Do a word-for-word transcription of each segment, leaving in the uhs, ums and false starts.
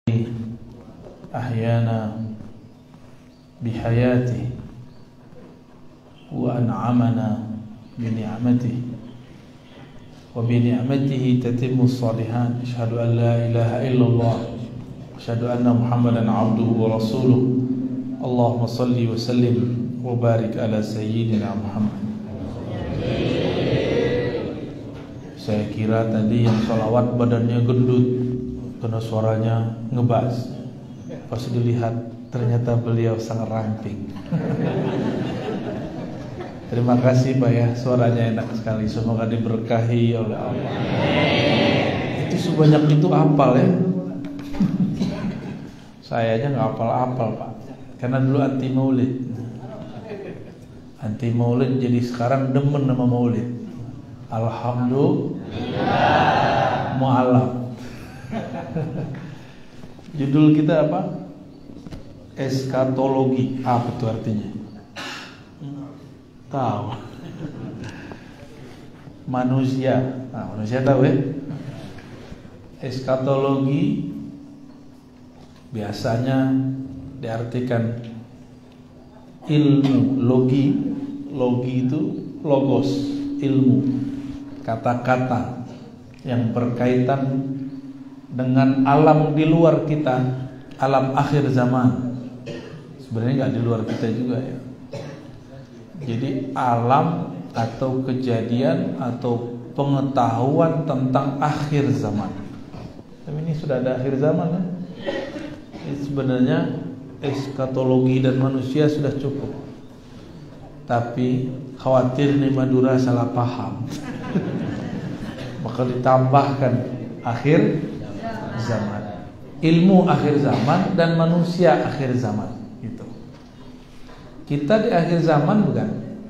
أحيانا بحياته وأنعمنا بنعمته وبنعمته تتم الصالحات. أشهد أن لا إله إلا الله أشهد أن محمدا عبده ورسوله. اللهم صل وسلم وبارك على سيدنا Muhammad. Saya kira tadi yang sholawat badannya gendut karena suaranya ngebas. Pas dilihat ternyata beliau sangat ramping. Terima kasih Pak ya, suaranya enak sekali. Semoga diberkahi oleh Allah. Itu sebanyak itu hafal ya. Saya aja nggak hafal-hafal Pak, karena dulu anti maulid. Anti maulid jadi sekarang demen sama maulid. Alhamdulillah. Mu'alaf. Judul kita apa? Eskatologi. Apa itu artinya? Tahu. Manusia. Nah, manusia tahu ya? Eskatologi biasanya diartikan ilmu, logi. Logi itu logos, ilmu, kata-kata yang berkaitan dengan alam di luar kita, alam akhir zaman. Sebenarnya nggak di luar kita juga ya. Jadi alam atau kejadian atau pengetahuan tentang akhir zaman. Tapi ini sudah ada akhir zaman ya. Ini sebenarnya eskatologi dan manusia sudah cukup. Tapi khawatir nih Madura salah paham. Maka ditambahkan akhir zaman, ilmu akhir zaman dan manusia akhir zaman gitu. Kita di akhir zaman bukan?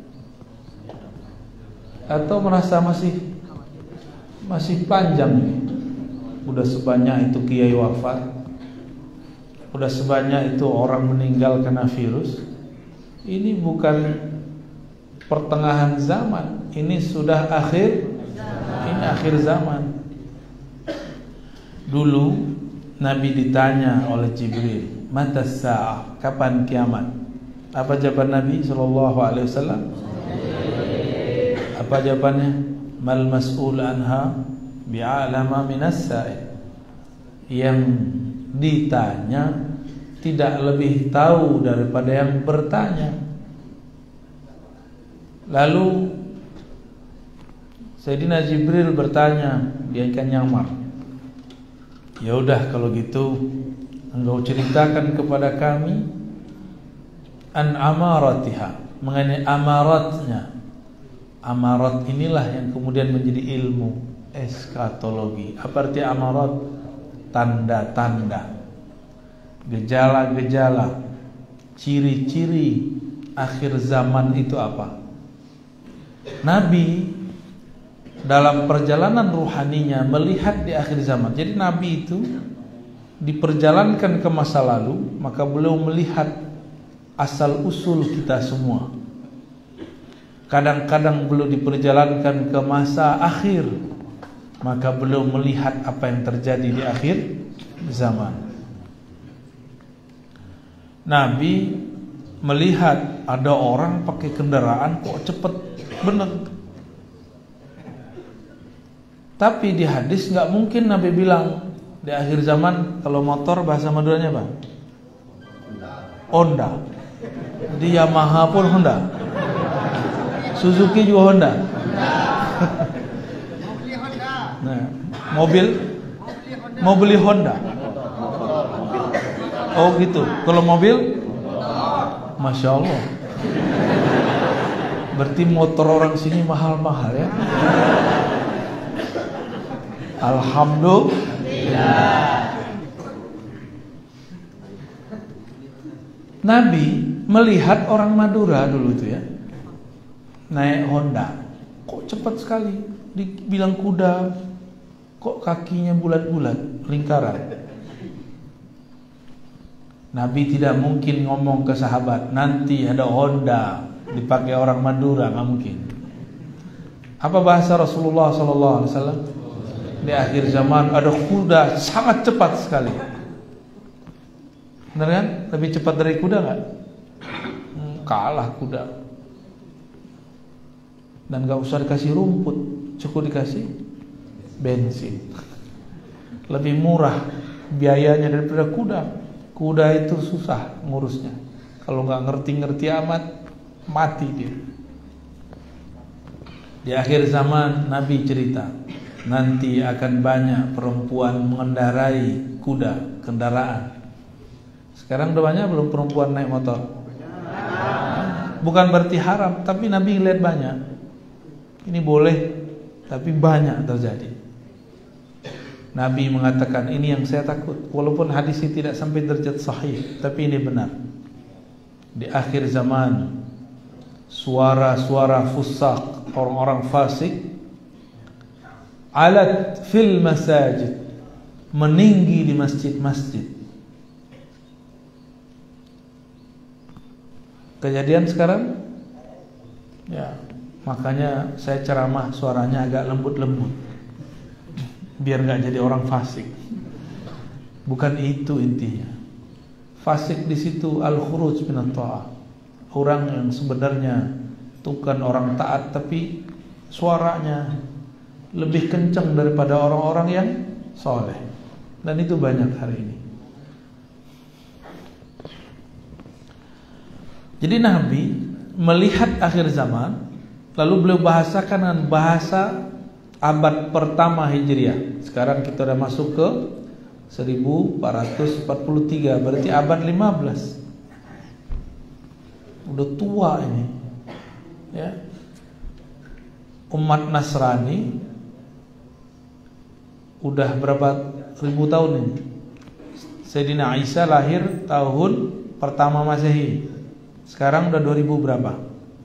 Atau merasa masih masih panjang nih? Udah sebanyak itu kiai wafat, udah sebanyak itu orang meninggal karena virus. Ini bukan pertengahan zaman, ini sudah akhir, ini akhir zaman. Dulu Nabi ditanya oleh Jibril, "Mata sa'ah?" Kapan kiamat? Apa jawaban Nabi sallallahu alaihi wasallam? Apa jawabannya? "Mal mas'ul anha bi'alama minas sa'il." Yang ditanya tidak lebih tahu daripada yang bertanya. Lalu Sayyidina Jibril bertanya, dia ikan nyamar. Ya udah kalau gitu engkau ceritakan kepada kami an amaratiha, mengenai amaratnya. Amarat inilah yang kemudian menjadi ilmu eskatologi. Apa arti amarat? Tanda-tanda, gejala-gejala, ciri-ciri akhir zaman itu apa? Nabi dalam perjalanan ruhaninya melihat di akhir zaman. Jadi Nabi itu diperjalankan ke masa lalu, maka beliau melihat asal usul kita semua. Kadang-kadang beliau diperjalankan ke masa akhir, maka beliau melihat apa yang terjadi di akhir zaman. Nabi melihat ada orang pakai kendaraan kok cepet bener. Tapi di hadis nggak mungkin Nabi bilang di akhir zaman kalau motor bahasa Maduranya apa? Honda. Di Yamaha pun Honda. Suzuki juga Honda. Nah, mobil mau beli Honda. Oh gitu. Kalau mobil, Masya Allah. Berarti motor orang sini mahal-mahal ya. Alhamdulillah. Nabi melihat orang Madura dulu itu ya, naik Honda, kok cepat sekali. Dibilang kuda, kok kakinya bulat-bulat, lingkaran. Nabi tidak mungkin ngomong ke sahabat, nanti ada Honda dipakai orang Madura, nggak mungkin. Apa bahasa Rasulullah Sallallahu Alaihi Wasallam? Di akhir zaman ada kuda sangat cepat sekali. Bener kan? Lebih cepat dari kuda nggak? Hmm, kalah kuda. Dan nggak usah dikasih rumput, cukup dikasih bensin. Lebih murah biayanya daripada kuda. Kuda itu susah ngurusnya. Kalau nggak ngerti-ngerti amat, mati dia. Di akhir zaman Nabi cerita, nanti akan banyak perempuan mengendarai kuda, kendaraan. Sekarang udah banyak belum perempuan naik motor? Bukan berarti haram, tapi Nabi lihat banyak. Ini boleh, tapi banyak terjadi. Nabi mengatakan, ini yang saya takut. Walaupun hadis ini tidak sampai derajat sahih, tapi ini benar. Di akhir zaman, suara-suara fusaq, orang-orang fasik, alat fil masajid, meninggi di masjid-masjid. Kejadian sekarang, ya, makanya saya ceramah suaranya agak lembut-lembut, biar nggak jadi orang fasik. Bukan itu intinya. Fasik di situ al-khuruj min at-ta'ah. Orang yang sebenarnya bukan orang taat, tapi suaranya lebih kencang daripada orang-orang yang soleh. Dan itu banyak hari ini. Jadi Nabi melihat akhir zaman, lalu beliau bahasakan dengan bahasa abad pertama Hijriah. Sekarang kita sudah masuk ke seribu empat ratus empat puluh tiga, berarti abad lima belas. Udah tua ini, ya. Umat Nasrani udah berapa ribu tahun ini? Sayyidina Isa lahir tahun pertama Masehi. Sekarang udah dua ribu berapa?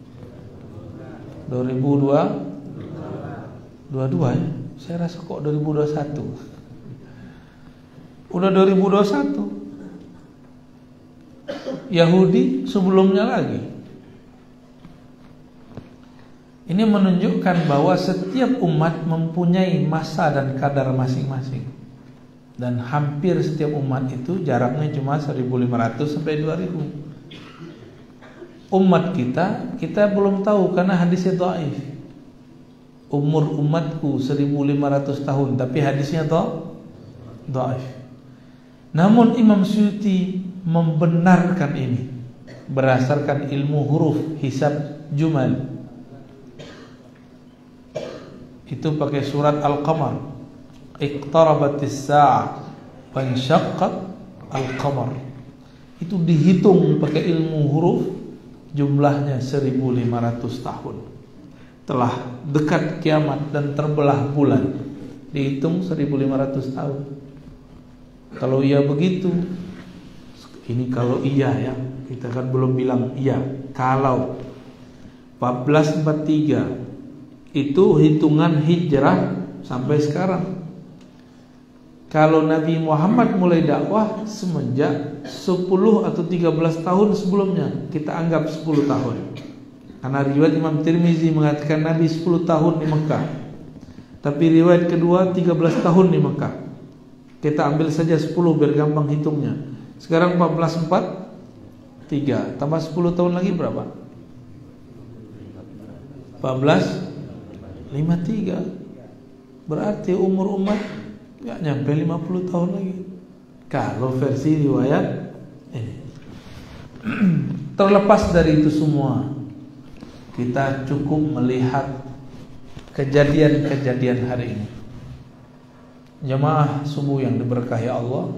dua ribu dua puluh dua ya? Saya rasa kok dua ribu dua puluh satu. Udah dua ribu dua puluh satu. Yahudi sebelumnya lagi. Ini menunjukkan bahwa setiap umat mempunyai masa dan kadar masing-masing. Dan hampir setiap umat itu jaraknya cuma seribu lima ratus sampai dua ribu. Umat kita, kita belum tahu karena hadisnya dhaif. Umur umatku seribu lima ratus tahun, tapi hadisnya dhaif. Namun Imam Suyuti membenarkan ini berdasarkan ilmu huruf hisab jumal. Itu pakai surat Al-Qamar. Iqtarabatis sa'ah wa insyaqqat al-qamar. Itu dihitung pakai ilmu huruf, jumlahnya seribu lima ratus tahun. Telah dekat kiamat dan terbelah bulan. Dihitung seribu lima ratus tahun. Kalau iya begitu, ini kalau iya ya, kita kan belum bilang iya. Kalau empat belas empat puluh tiga itu hitungan hijrah sampai sekarang. Kalau Nabi Muhammad mulai dakwah semenjak sepuluh atau tiga belas tahun sebelumnya, kita anggap sepuluh tahun. Karena riwayat Imam Tirmizi mengatakan Nabi sepuluh tahun di Mekah. Tapi riwayat kedua tiga belas tahun di Mekah. Kita ambil saja sepuluh biar gampang hitungnya. Sekarang empat belas empat puluh tiga tambah sepuluh tahun lagi berapa? empat belas lima puluh tiga. Berarti umur umat gak nyampe lima puluh tahun lagi. Kalau versi riwayat ini. Terlepas dari itu semua, kita cukup melihat kejadian-kejadian hari ini. Jemaah subuh yang diberkahi Allah,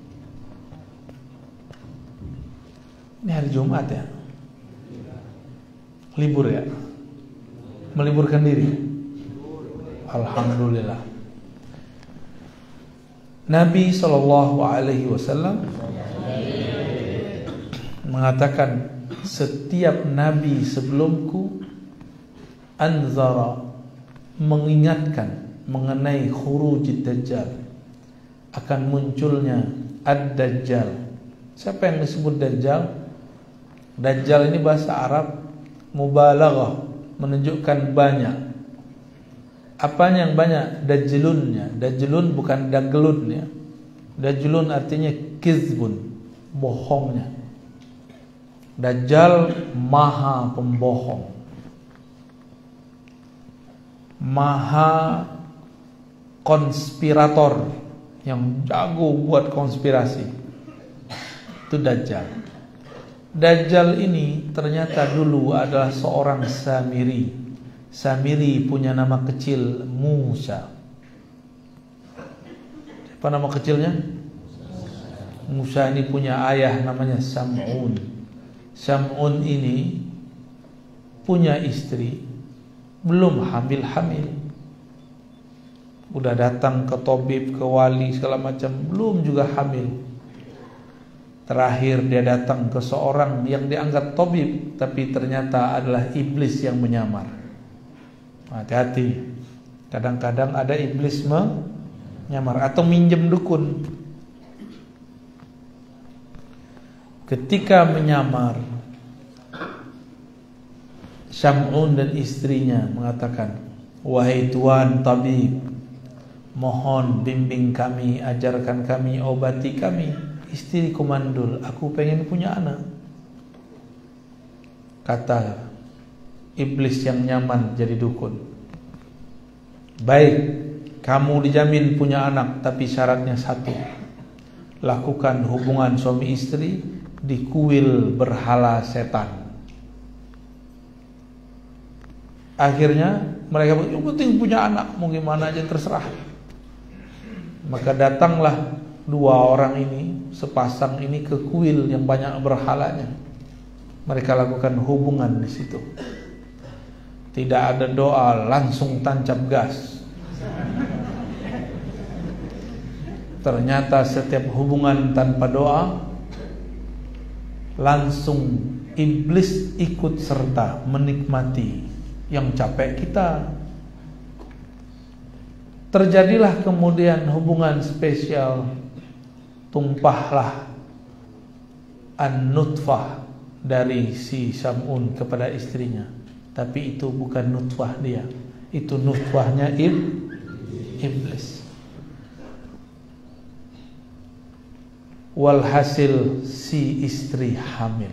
ini hari Jumat ya, libur ya, meliburkan diri. Alhamdulillah. Nabi Shallallahu Alaihi Wasallam mengatakan, setiap nabi sebelumku anzara, mengingatkan mengenai khurujid dajjal, akan munculnya ad-dajjal. Siapa yang disebut dajjal? Dajjal ini bahasa Arab mubalaghah, menunjukkan banyak. Apanya yang banyak? Dajjulunnya. Dajjulun bukan daglun ya. Dajjulun artinya kizbun, bohongnya. Dajjal maha pembohong, maha konspirator, yang jago buat konspirasi. Itu Dajjal. Dajjal ini ternyata dulu adalah seorang Samiri. Samiri punya nama kecil Musa. Apa nama kecilnya? Musa ini punya ayah namanya Sam'un. Sam'un ini punya istri, belum hamil-hamil, udah datang ke tabib, ke wali segala macam, belum juga hamil. Terakhir dia datang ke seorang yang dianggap tabib, tapi ternyata adalah iblis yang menyamar. Hati-hati, kadang-kadang ada iblis menyamar atau minjem dukun. Ketika menyamar, Sam'un dan istrinya mengatakan, wahai tuan tabib, mohon bimbing kami, ajarkan kami, obati kami. Istriku mandul, aku pengen punya anak. Kata iblis yang nyaman jadi dukun, baik, kamu dijamin punya anak, tapi syaratnya satu, lakukan hubungan suami istri di kuil berhala setan. Akhirnya mereka bilang, yang penting punya anak, mau gimana aja terserah. Maka datanglah dua orang ini, sepasang ini ke kuil yang banyak berhalanya. Mereka lakukan hubungan di situ. Tidak ada doa, langsung tancap gas. Ternyata setiap hubungan tanpa doa, langsung iblis ikut serta menikmati. Yang capek kita. Terjadilah kemudian hubungan spesial. Tumpahlah an-nutfah dari si Sam'un kepada istrinya. Tapi itu bukan nutfah dia, itu nutfahnya ib, iblis. Walhasil si istri hamil.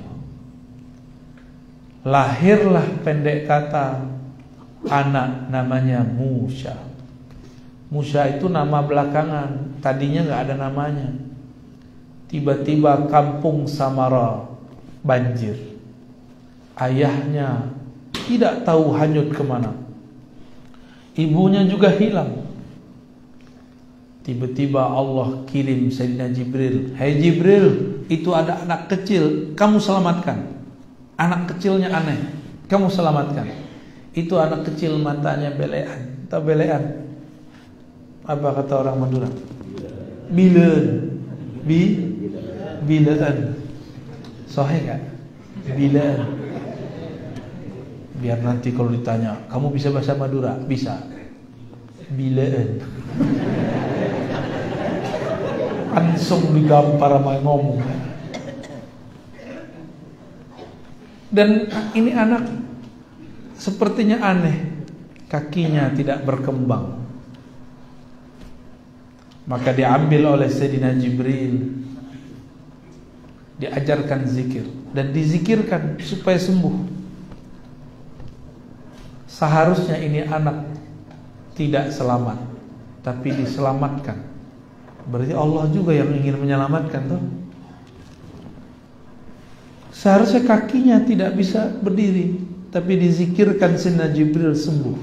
Lahirlah pendek kata anak namanya Musa. Musa itu nama belakangan, tadinya gak ada namanya. Tiba-tiba kampung Samara banjir. Ayahnya tidak tahu hanyut kemana, ibunya juga hilang. Tiba-tiba Allah kirim Sayyidina Jibril. Hai Jibril, itu ada anak kecil, kamu selamatkan. Anak kecilnya aneh, kamu selamatkan. Itu anak kecil matanya belean. Tahu belean? Apa kata orang Madura? Bileun. Bi bileun. Sahih enggak? Bileun. Biar nanti kalau ditanya, kamu bisa bahasa Madura? Bisa. Bileun. Langsung digampar sama ngomong. Dan ini anak sepertinya aneh, kakinya tidak berkembang. Maka diambil oleh Sayyidina Jibril, diajarkan zikir dan dizikirkan supaya sembuh. Seharusnya ini anak tidak selamat, tapi diselamatkan. Berarti Allah juga yang ingin menyelamatkan tuh. Seharusnya kakinya tidak bisa berdiri, tapi dizikirkan Sayyidina Jibril sembuh.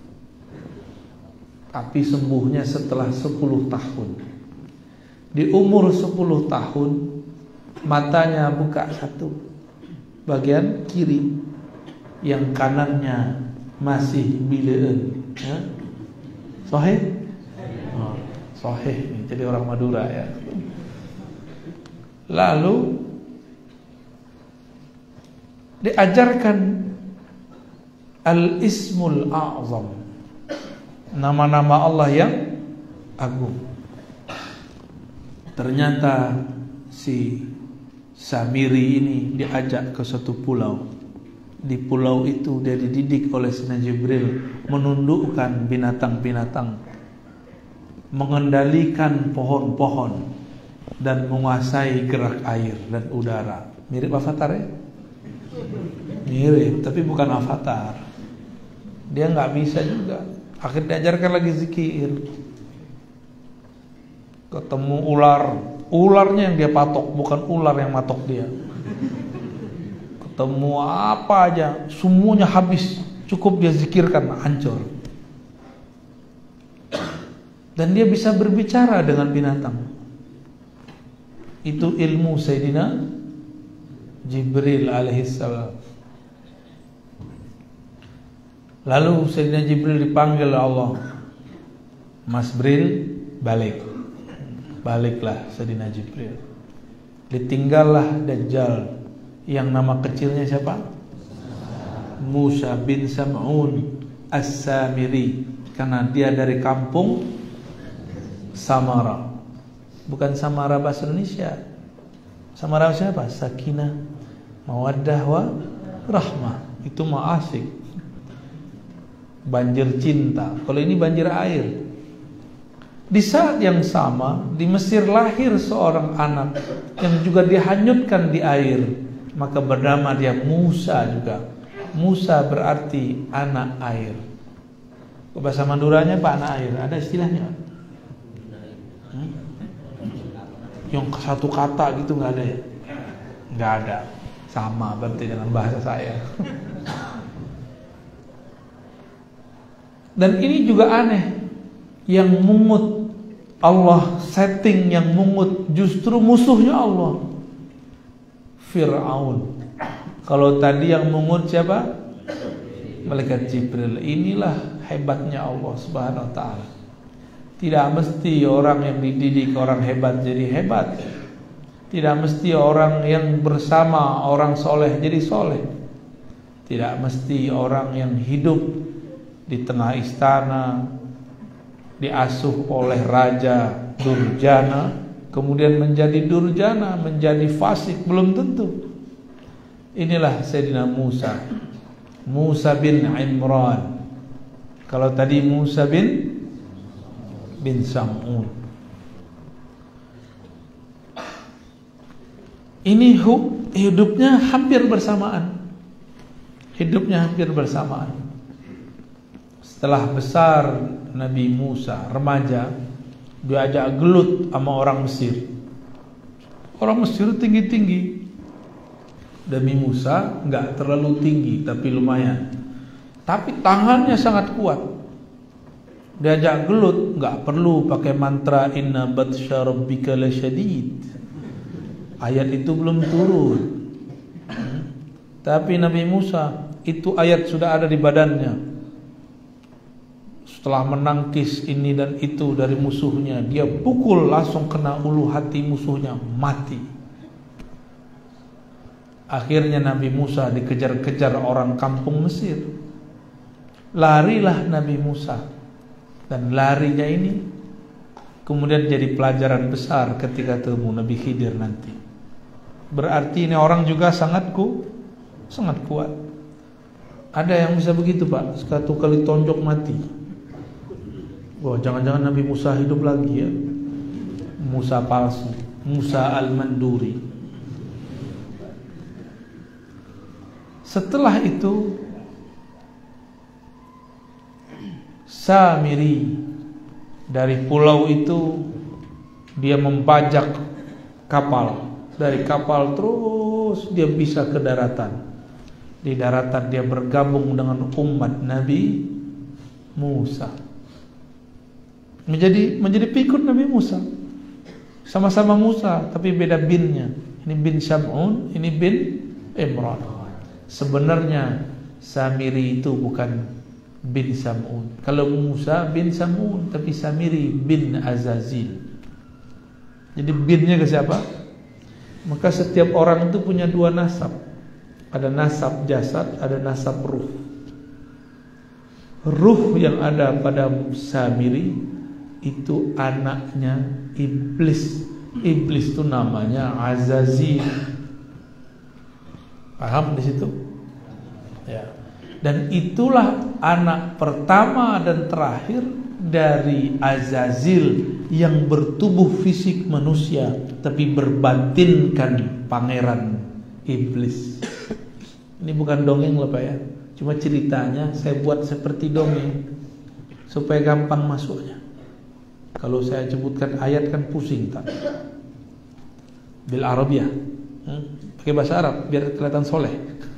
Tapi sembuhnya setelah sepuluh tahun. Di umur sepuluh tahun, matanya buka satu, bagian kiri, yang kanannya masih bileun. Ya? Sahih? Oh, sahih. Jadi orang Madura ya. Lalu diajarkan Al-Ismul A'zam, nama-nama Allah yang agung. Ternyata si Samiri ini diajak ke suatu pulau. Di pulau itu dia dididik oleh Sayyidina Jibril menundukkan binatang-binatang, mengendalikan pohon-pohon, dan menguasai gerak air dan udara. Mirip Avatar ya? Mirip, tapi bukan Avatar. Dia nggak bisa juga. Akhirnya diajarkan lagi zikir. Ketemu ular, ularnya yang dia patok, bukan ular yang matok dia. Ketemu apa aja, semuanya habis. Cukup dia zikirkan, hancur. Dan dia bisa berbicara dengan binatang. Itu ilmu Sayyidina Jibril alaihissalam. Lalu Sayyidina Jibril dipanggil oleh Allah. Mas Bril, balik. Baliklah Sayyidina Jibril. Ditinggallah Dajjal yang nama kecilnya siapa? Musa bin Sam'un As-Samiri, karena dia dari kampung Samara. Bukan Samara bahasa Indonesia. Samara siapa? Sakinah, mawaddah wa rahmah. Itu mah asik. Banjir cinta. Kalau ini banjir air. Di saat yang sama di Mesir lahir seorang anak yang juga dihanyutkan di air, maka bernama dia Musa juga. Musa berarti anak air. Bahasa Maduranya Pak, anak air. Ada istilahnya? Hmm? Yang satu kata gitu nggak ada ya? Nggak ada. Sama berarti dengan bahasa saya. Dan ini juga aneh. Yang mungut Allah setting, yang mungut justru musuhnya Allah, Fir'aun. Kalau tadi yang mungut siapa? Malaikat Jibril. Inilah hebatnya Allah Subhanahu wa ta'ala. Tidak mesti orang yang dididik orang hebat jadi hebat. Tidak mesti orang yang bersama orang soleh jadi soleh. Tidak mesti orang yang hidup di tengah istana, diasuh oleh raja durjana, kemudian menjadi durjana, menjadi fasik, belum tentu. Inilah Sayyidina Musa, Musa bin Imran. Kalau tadi Musa bin bin Sam'un. Ini hidupnya hampir bersamaan. Hidupnya hampir bersamaan. Setelah besar Nabi Musa, remaja, diajak gelut sama orang Mesir. Orang Mesir tinggi-tinggi. Nabi Musa enggak terlalu tinggi, tapi lumayan. Tapi tangannya sangat kuat. Diajak gelut, enggak perlu pakai mantra inna batsya rabbika lasyadid. Ayat itu belum turun. Tapi Nabi Musa, itu ayat sudah ada di badannya. Setelah menangkis ini dan itu dari musuhnya, dia pukul langsung kena ulu hati musuhnya, mati. Akhirnya Nabi Musa dikejar-kejar orang kampung Mesir. Larilah Nabi Musa. Dan larinya ini kemudian jadi pelajaran besar ketika ketemu Nabi Khidir nanti. Berarti ini orang juga sangat ku, sangat kuat. Ada yang bisa begitu Pak, satu kali tonjok mati. Wah, jangan-jangan Nabi Musa hidup lagi ya. Musa palsu, Musa al-Manduri. Setelah itu Samiri dari pulau itu dia membajak kapal. Dari kapal terus dia bisa ke daratan. Di daratan dia bergabung dengan umat Nabi Musa. Menjadi menjadi pengikut Nabi Musa. Sama-sama Musa tapi beda binnya. Ini bin Sam'un, ini bin Imran. Sebenarnya Samiri itu bukan bin Sam'un. Kalau Musa bin Sam'un, tapi Samiri bin Azazil. Jadi binnya ke siapa? Maka setiap orang itu punya dua nasab. Ada nasab jasad, ada nasab ruh. Ruh yang ada pada Samiri itu anaknya iblis. Iblis itu namanya Azazil. Paham di situ? Ya. Dan itulah anak pertama dan terakhir dari Azazil yang bertubuh fisik manusia tapi berbatinkan pangeran iblis. Ini bukan dongeng loh Pak ya, cuma ceritanya saya buat seperti dongeng supaya gampang masuknya. Kalau saya sebutkan ayat kan pusing tak? Bil Arabiyah, hmm? pakai bahasa Arab biar kelihatan soleh.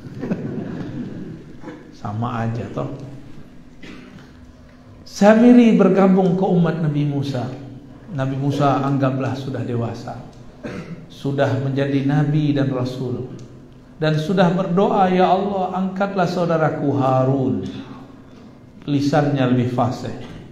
Sama aja toh. Samiri bergabung ke umat Nabi Musa. Nabi Musa anggaplah sudah dewasa, sudah menjadi nabi dan rasul, dan sudah berdoa, ya Allah angkatlah saudaraku Harun, lisannya lebih fasih.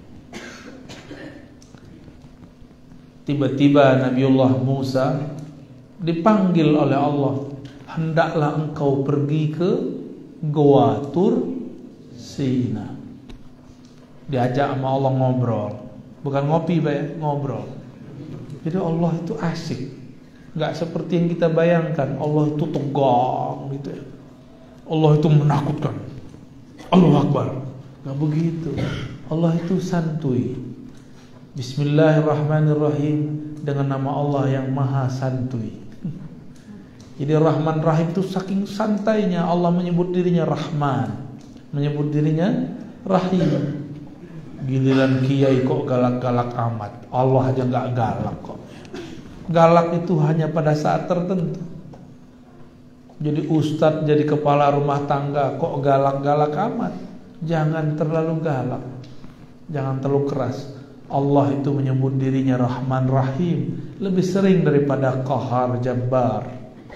Tiba-tiba Nabiullah Musa dipanggil oleh Allah, hendaklah engkau pergi ke Goa Tur Sina. Diajak sama Allah ngobrol, bukan ngopi Pak ya, ngobrol. Jadi Allah itu asik, nggak seperti yang kita bayangkan. Allah itu tegang gitu ya, Allah itu menakutkan, Allahu Akbar. Nggak begitu. Allah itu santuy. Bismillahirrahmanirrahim, dengan nama Allah yang maha santuy. Jadi Rahman Rahim itu saking santainya Allah menyebut dirinya Rahman, menyebut dirinya Rahim. Giliran kiai kok galak-galak amat, Allah aja nggak galak kok. Galak itu hanya pada saat tertentu. Jadi ustadz, jadi kepala rumah tangga kok galak-galak amat. Jangan terlalu galak, jangan terlalu keras. Allah itu menyebut dirinya Rahman Rahim lebih sering daripada Qahar Jabbar.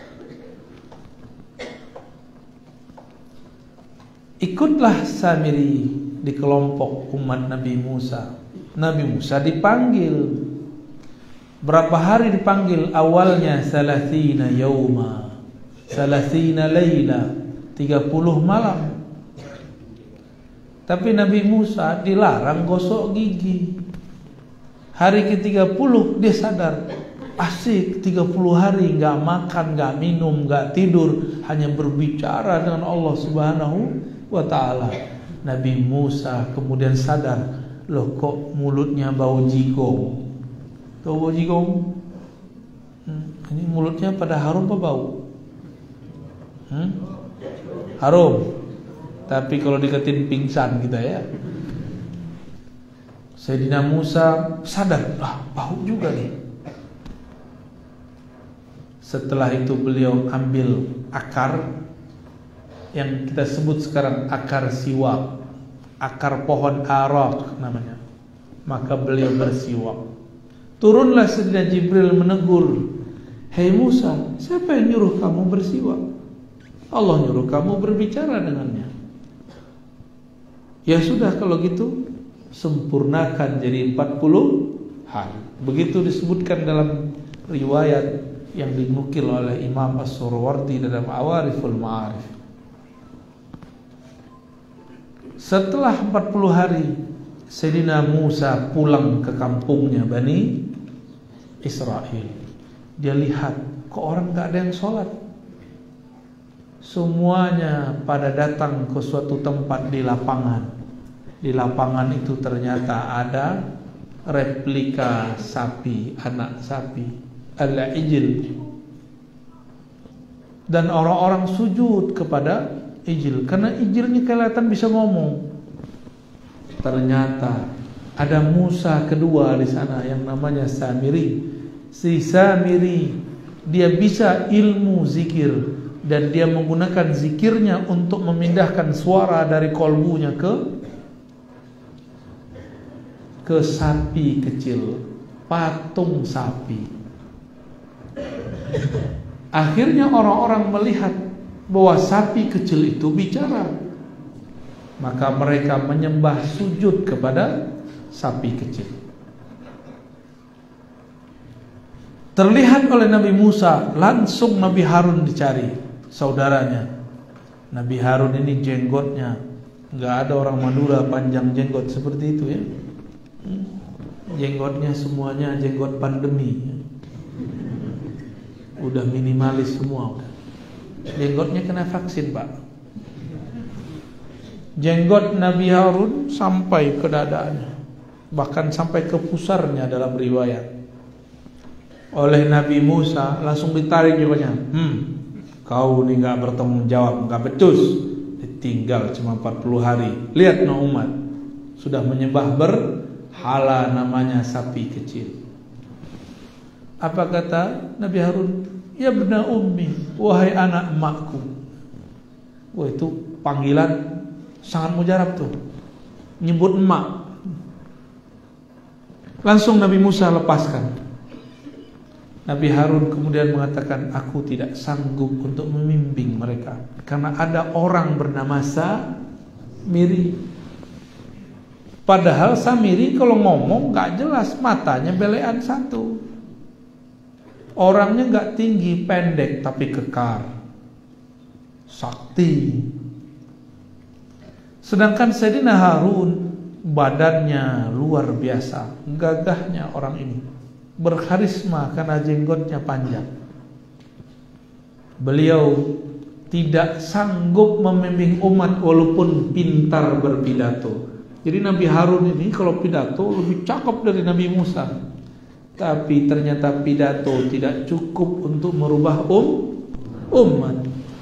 Ikutlah Samiri di kelompok umat Nabi Musa. Nabi Musa dipanggil. Berapa hari dipanggil? Awalnya salasina yauma, salasina laila, tiga puluh malam. Tapi Nabi Musa dilarang gosok gigi. Hari ke tiga puluh dia sadar, asik tiga puluh hari gak makan, gak minum, gak tidur, hanya berbicara dengan Allah Subhanahu wa ta'ala. Nabi Musa kemudian sadar, loh kok mulutnya bau jigong. Tahu bau jigong? Hmm, ini mulutnya pada harum apa bau? Hmm? Harum. Tapi kalau diketin pingsan kita ya. Sayyidina Musa sadar, ah bau juga nih. Setelah itu beliau ambil akar yang kita sebut sekarang akar siwak, akar pohon arak namanya. Maka beliau bersiwak. Turunlah Sayyidina Jibril menegur, hei Musa, siapa yang nyuruh kamu bersiwak? Allah nyuruh kamu berbicara dengannya. Ya sudah kalau gitu, sempurnakan jadi empat puluh hari. Begitu disebutkan dalam riwayat yang dinukil oleh Imam As-Surwardi dalam Awariful Ma'arif. Setelah empat puluh hari, Sayyidina Musa pulang ke kampungnya Bani Israel. Dia lihat, kok orang gak ada yang sholat. Semuanya pada datang ke suatu tempat di lapangan. Di lapangan itu ternyata ada replika sapi, anak sapi, al-ijil. Dan orang-orang sujud kepada ijil, karena ijil ini kelihatan bisa ngomong. Ternyata ada Musa kedua di sana yang namanya Samiri. Si Samiri dia bisa ilmu zikir dan dia menggunakan zikirnya untuk memindahkan suara dari kolbunya ke ke sapi kecil, patung sapi. Akhirnya orang-orang melihat bahwa sapi kecil itu bicara. Maka mereka menyembah sujud kepada sapi kecil. Terlihat oleh Nabi Musa, langsung Nabi Harun dicari, saudaranya. Nabi Harun ini jenggotnya, gak ada orang Madura panjang jenggot seperti itu ya. Jenggotnya semuanya jenggot pandemi. Udah minimalis semua. Jenggotnya kena vaksin Pak. Jenggot Nabi Harun sampai ke dadanya. bahkan sampai ke pusarnya dalam riwayat, oleh Nabi Musa, langsung ditarik jiwanya. Hmm, kau nih gak bertanggung jawab, gak becus. Ditinggal cuma empat puluh hari. Lihat no umat, sudah menyembah berhala namanya sapi kecil. Apa kata Nabi Harun? Ya bena ummi, wahai anak emakku. Wah, itu panggilan sangat mujarab tuh, nyebut emak. Langsung Nabi Musa lepaskan. Nabi Harun kemudian mengatakan, aku tidak sanggup untuk membimbing mereka karena ada orang bernama Samiri. Padahal Samiri kalau ngomong gak jelas, matanya belean satu, orangnya gak tinggi, pendek tapi kekar, sakti. Sedangkan Sayyidina Harun badannya luar biasa, gagahnya orang ini, berkarisma karena jenggotnya panjang. Beliau tidak sanggup membimbing umat walaupun pintar berpidato. Jadi Nabi Harun ini kalau pidato lebih cakep dari Nabi Musa. Tapi ternyata pidato tidak cukup untuk merubah um, umat.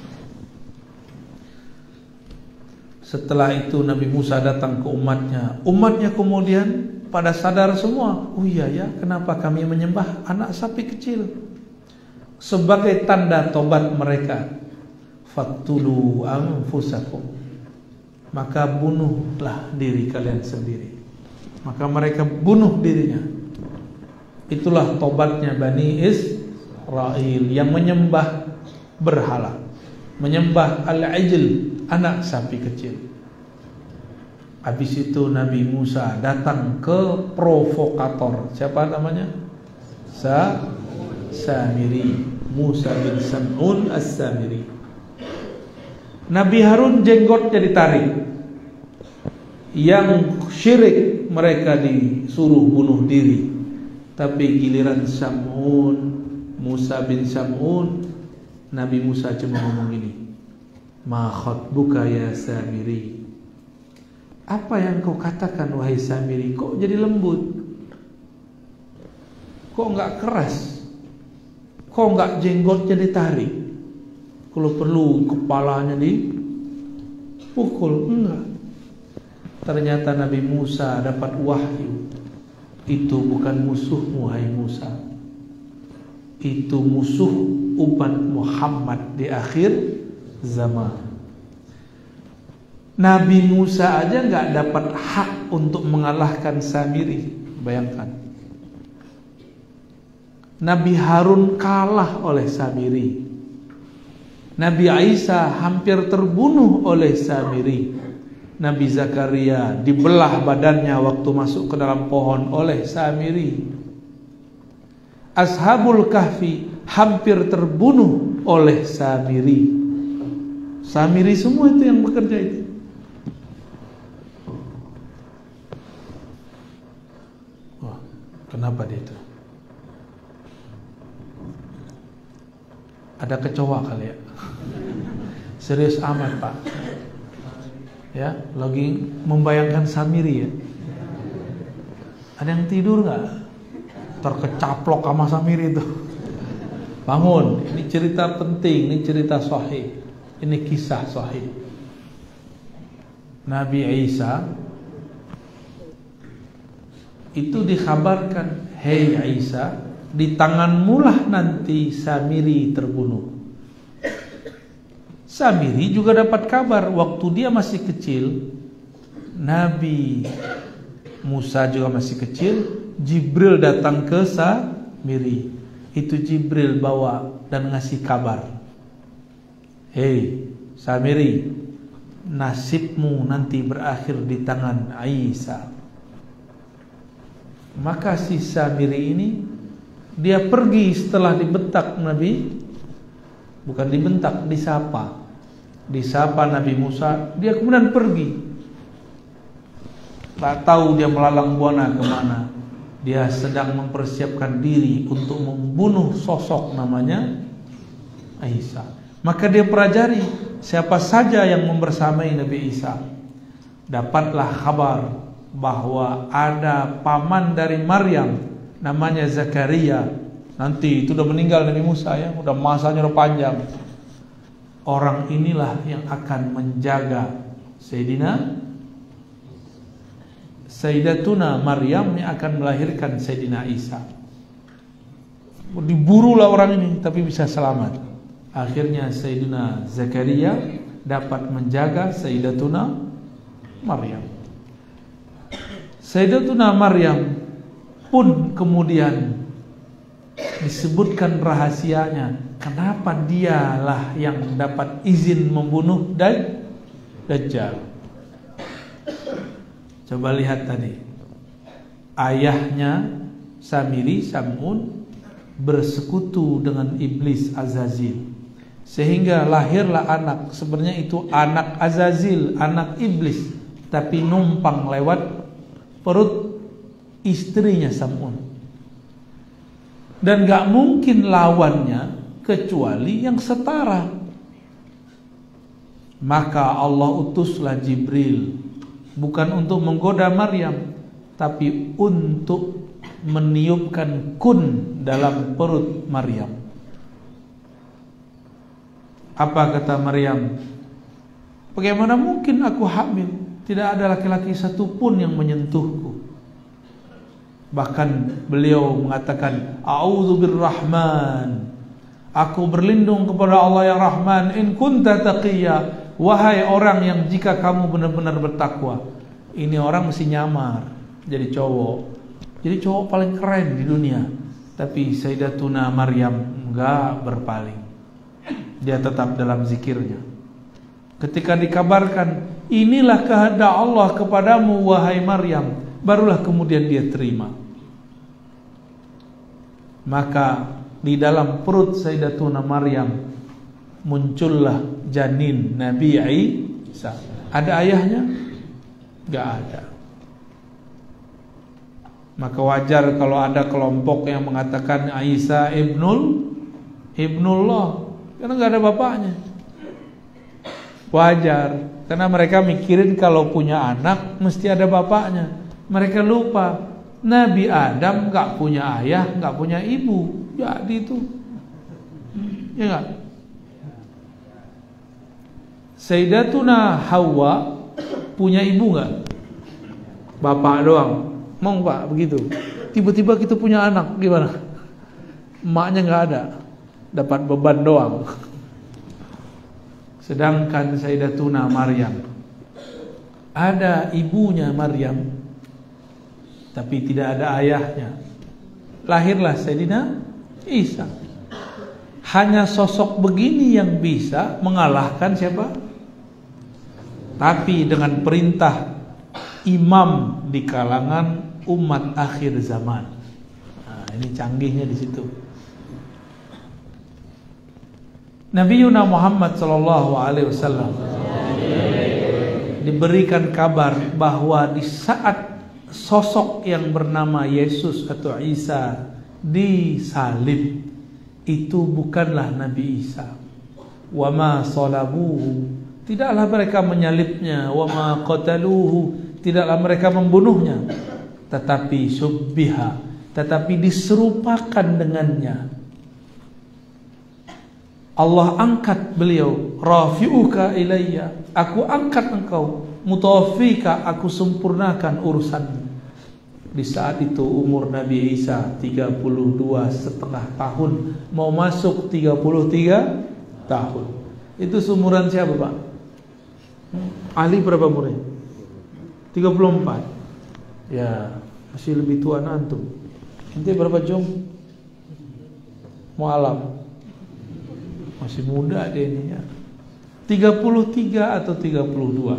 Setelah itu Nabi Musa datang ke umatnya. Umatnya kemudian pada sadar semua, oh iya ya, kenapa kami menyembah anak sapi kecil? Sebagai tanda tobat mereka, faktulu anfusakum, maka bunuhlah diri kalian sendiri. Maka mereka bunuh dirinya. Itulah tobatnya Bani Israel yang menyembah berhala, menyembah al-ijl, anak sapi kecil. Habis itu Nabi Musa datang ke provokator. Siapa namanya? Sa Samiri, Musa bin Sam'un As-Samiri. Nabi Harun jenggotnya ditarik. Yang syirik mereka disuruh bunuh diri. Tapi giliran Sam'un, Musa bin Sam'un, Nabi Musa cuma ngomong gini, ma khatbuka ya Samiri, apa yang kau katakan wahai Samiri? Kok jadi lembut? Kok enggak keras? Kok enggak jenggotnya ditarik? Kalau perlu kepalanya dipukul? Enggak. Ternyata Nabi Musa dapat wahyu. Itu bukan musuhmu hai Musa, itu musuh umat Muhammad di akhir zaman. Nabi Musa aja gak dapat hak untuk mengalahkan Samiri. Bayangkan, Nabi Harun kalah oleh Samiri. Nabi Isa hampir terbunuh oleh Samiri. Nabi Zakaria dibelah badannya waktu masuk ke dalam pohon oleh Samiri. Ashabul Kahfi hampir terbunuh oleh Samiri. Samiri semua itu yang bekerja itu. Wah, kenapa dia itu? Ada kecoa kali ya? Serius amat Pak. Ya, lagi membayangkan Samiri ya. Ada yang tidur gak? Terkecaplok sama Samiri itu. Bangun, ini cerita penting, ini cerita sahih, ini kisah sahih. Nabi Isa itu dikhabarkan, hei Isa, di tanganmu lah nanti Samiri terbunuh. Samiri juga dapat kabar waktu dia masih kecil, Nabi Musa juga masih kecil, Jibril datang ke Samiri. Itu Jibril bawa dan ngasih kabar, hei Samiri, nasibmu nanti berakhir di tangan Isa. Maka si Samiri ini dia pergi setelah dibentak Nabi, bukan dibentak, disapa. Disapa Nabi Musa, dia kemudian pergi. Tak tahu dia melalang buana kemana. Dia sedang mempersiapkan diri untuk membunuh sosok namanya Isa. Maka dia pelajari siapa saja yang membersamai Nabi Isa. Dapatlah kabar bahwa ada paman dari Maryam namanya Zakaria. Nanti itu udah meninggal Nabi Musa ya, udah masanya udah panjang. Orang inilah yang akan menjaga Sayyidina Sayyidatuna Maryam yang akan melahirkan Sayyidina Isa. Diburulah orang ini tapi bisa selamat. Akhirnya Sayyidina Zakaria dapat menjaga Sayyidatuna Maryam. Sayyidatuna Maryam pun kemudian disebutkan rahasianya, kenapa dialah yang dapat izin membunuh dan Dajjal. Coba lihat tadi, ayahnya Samiri, Sam'un, bersekutu dengan iblis Azazil, sehingga lahirlah anak. Sebenarnya itu anak Azazil, anak iblis, tapi numpang lewat perut istrinya Sam'un. Dan gak mungkin lawannya kecuali yang setara. Maka Allah utuslah Jibril, bukan untuk menggoda Maryam, tapi untuk meniupkan kun dalam perut Maryam. Apa kata Maryam? Bagaimana mungkin aku hamil? Tidak ada laki-laki satupun yang menyentuhku. Bahkan beliau mengatakan, A'udzu birrahman, aku berlindung kepada Allah yang Rahman, in kunta taqiyya, wahai orang yang jika kamu benar-benar bertakwa. Ini orang mesti nyamar jadi cowok, jadi cowok paling keren di dunia. Tapi Sayyidatuna Maryam enggak berpaling, dia tetap dalam zikirnya. Ketika dikabarkan, inilah kehendak Allah kepadamu wahai Maryam, barulah kemudian dia terima. Maka di dalam perut Sayyidatuna Maryam muncullah janin Nabi Isa. Ada ayahnya? Gak ada. Maka wajar kalau ada kelompok yang mengatakan Isa ibnul ibnullah, karena gak ada bapaknya. Wajar, karena mereka mikirin kalau punya anak mesti ada bapaknya. Mereka lupa Nabi Adam gak punya ayah, gak punya ibu. Jadi itu, ya gak? Sayyidatuna Hawa punya ibu gak? Bapak doang. Mau pak begitu? Tiba-tiba kita punya anak, gimana? Emaknya gak ada, dapat beban doang. Sedangkan Sayyidatuna Maryam ada ibunya Maryam, tapi tidak ada ayahnya. Lahirlah Sayyidina Isa. Hanya sosok begini yang bisa mengalahkan siapa? Tapi dengan perintah imam di kalangan umat akhir zaman. Nah, ini canggihnya di situ. Nabi Yuna Muhammad sallallahu alaihi wasallam diberikan kabar bahwa di saat sosok yang bernama Yesus atau Isa disalib, itu bukanlah Nabi Isa. Wa ma salabuhu, tidaklah mereka menyalibnya. Wa ma qataluhu, tidaklah mereka membunuhnya. Tetapi subbiha, tetapi diserupakan dengannya. Allah angkat beliau, rafi'uka ilayya, aku angkat engkau, mutawafika, aku sempurnakan urusanmu. Di saat itu umur Nabi Isa tiga puluh dua setengah tahun, mau masuk tiga puluh tiga tahun. Itu seumuran siapa Pak? Ali berapa umurnya? tiga puluh empat. Ya, masih lebih tua antum. Nanti berapa jom? Mu'alam. Masih muda dia ini ya. tiga puluh tiga atau tiga puluh dua.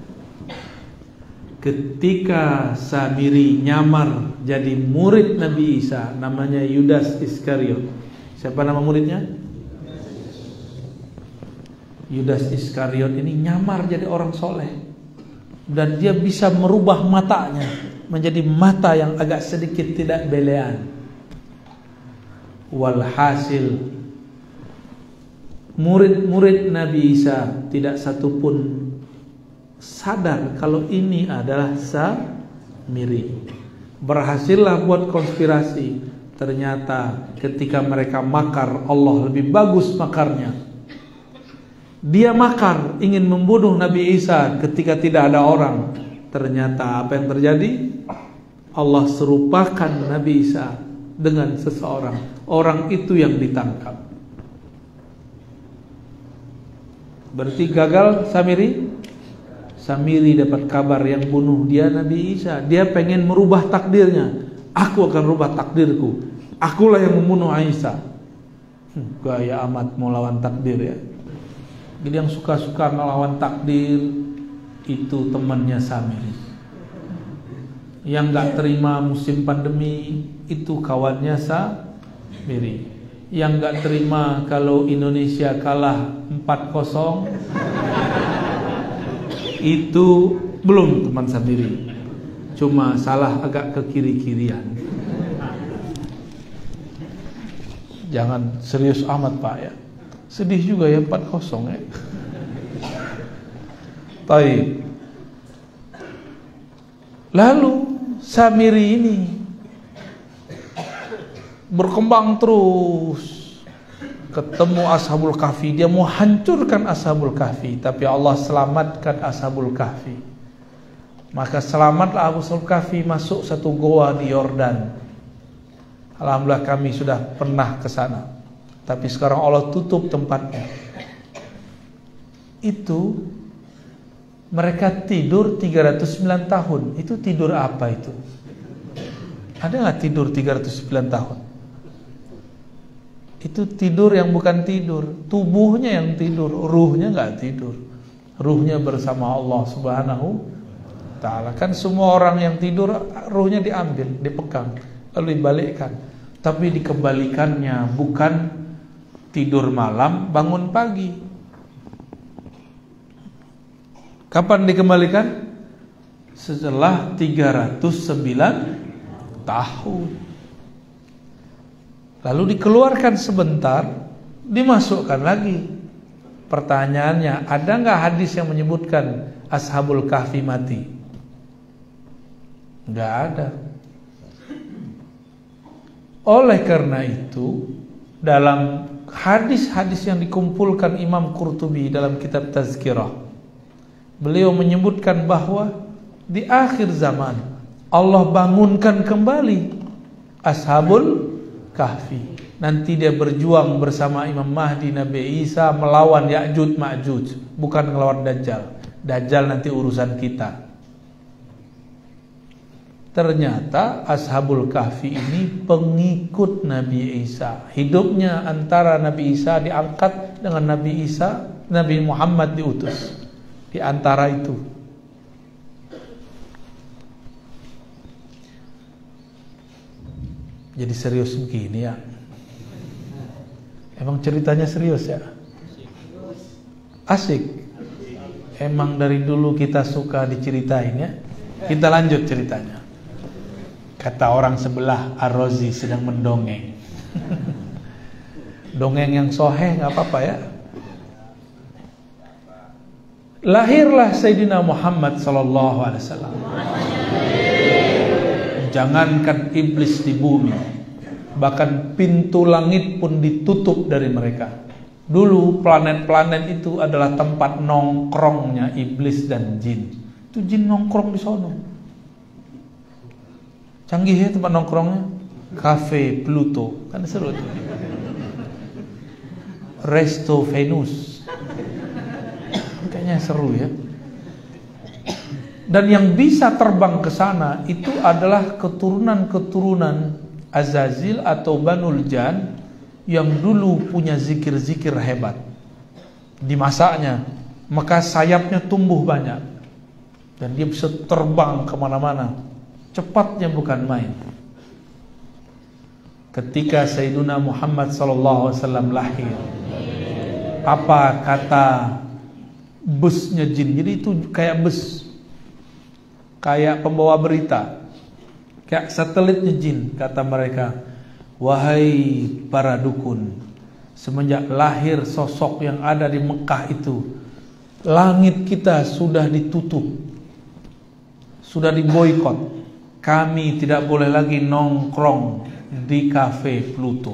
Ketika Samiri nyamar jadi murid Nabi Isa, namanya Yudas Iskariot. Siapa nama muridnya? Yudas Iskariot ini nyamar jadi orang soleh, dan dia bisa merubah matanya menjadi mata yang agak sedikit tidak belean. Walhasil murid-murid Nabi Isa tidak satupun sadar kalau ini adalah sa Miri. Berhasillah buat konspirasi. Ternyata ketika mereka makar, Allah lebih bagus makarnya. Dia makar ingin membunuh Nabi Isa ketika tidak ada orang. Ternyata apa yang terjadi? Allah serupakan Nabi Isa dengan seseorang. Orang itu yang ditangkap. Berarti gagal Samiri? Samiri dapat kabar yang bunuh dia Nabi Isa. Dia pengen merubah takdirnya. Aku akan rubah takdirku. Akulah yang membunuh Isa. hmm, Gaya amat mau lawan takdir ya. Jadi yang suka-suka ngelawan takdir itu temannya Samiri. Yang gak terima musim pandemi itu kawannya Samiri. Yang gak terima kalau Indonesia kalah empat kosong itu belum teman Samiri. Cuma salah agak ke kiri-kirian. Jangan serius amat Pak ya. Sedih juga ya empat kosong ya. Baik. Lalu Samiri ini berkembang terus. Ketemu Ashabul Kahfi, dia mau hancurkan Ashabul Kahfi, tapi Allah selamatkan Ashabul Kahfi. Maka selamatlah Ashabul Kahfi masuk satu goa di Yordan. Alhamdulillah kami sudah pernah ke sana. Tapi sekarang Allah tutup tempatnya. Itu mereka tidur tiga ratus sembilan tahun. Itu tidur apa itu? Ada nggak tidur tiga ratus sembilan tahun? Itu tidur yang bukan tidur. Tubuhnya yang tidur, ruhnya nggak tidur. Ruhnya bersama Allah Subhanahu wa Ta'ala. Kan semua orang yang tidur ruhnya diambil, dipegang, lalu dibalikkan. Tapi dikembalikannya bukan tidur malam, bangun pagi. Kapan dikembalikan? Setelah tiga ratus sembilan tahun. Lalu dikeluarkan sebentar, dimasukkan lagi. Pertanyaannya, ada nggak hadis yang menyebutkan Ashabul Kahfi mati? Nggak ada. Oleh karena itu, dalam hadis-hadis yang dikumpulkan Imam Qurtubi dalam kitab Tazkirah, beliau menyebutkan bahwa di akhir zaman Allah bangunkan kembali Ashabul Kahfi. Nanti dia berjuang bersama Imam Mahdi, Nabi Isa melawan Ya'juj Ma'juj, bukan melawan Dajjal. Dajjal nanti urusan kita. Ternyata Ashabul Kahfi ini pengikut Nabi Isa. Hidupnya antara Nabi Isa diangkat dengan Nabi Isa, Nabi Muhammad diutus. Di antara itu. Jadi serius begini ya. Emang ceritanya serius ya? Asik. Emang dari dulu kita suka diceritain ya. Kita lanjut ceritanya. Kata orang sebelah, Ar-Razi sedang mendongeng. Dongeng yang soheh gak apa-apa ya. Lahirlah Sayyidina Muhammad sallallahu alaihi wasallam. Jangankan iblis di bumi, bahkan pintu langit pun ditutup dari mereka. Dulu planet-planet itu adalah tempat nongkrongnya iblis dan jin. Itu jin nongkrong di sono. Canggih ya tempat nongkrongnya. Cafe Pluto, kan seru tuh. Resto Venus, kayaknya seru ya. Dan yang bisa terbang ke sana itu adalah keturunan-keturunan Azazil atau Banul Jan yang dulu punya zikir-zikir hebat. Di masanya, maka sayapnya tumbuh banyak. Dan dia bisa terbang kemana-mana. Cepatnya bukan main. Ketika Sayyiduna Muhammad sallallahu alaihi wasallam lahir, apa kata busnya jin? Jadi itu kayak bus, kayak pembawa berita, kayak satelitnya jin. Kata mereka, wahai para dukun, semenjak lahir sosok yang ada di Mekah itu, langit kita sudah ditutup, sudah diboikot. kami tidak boleh lagi nongkrong di kafe Pluto.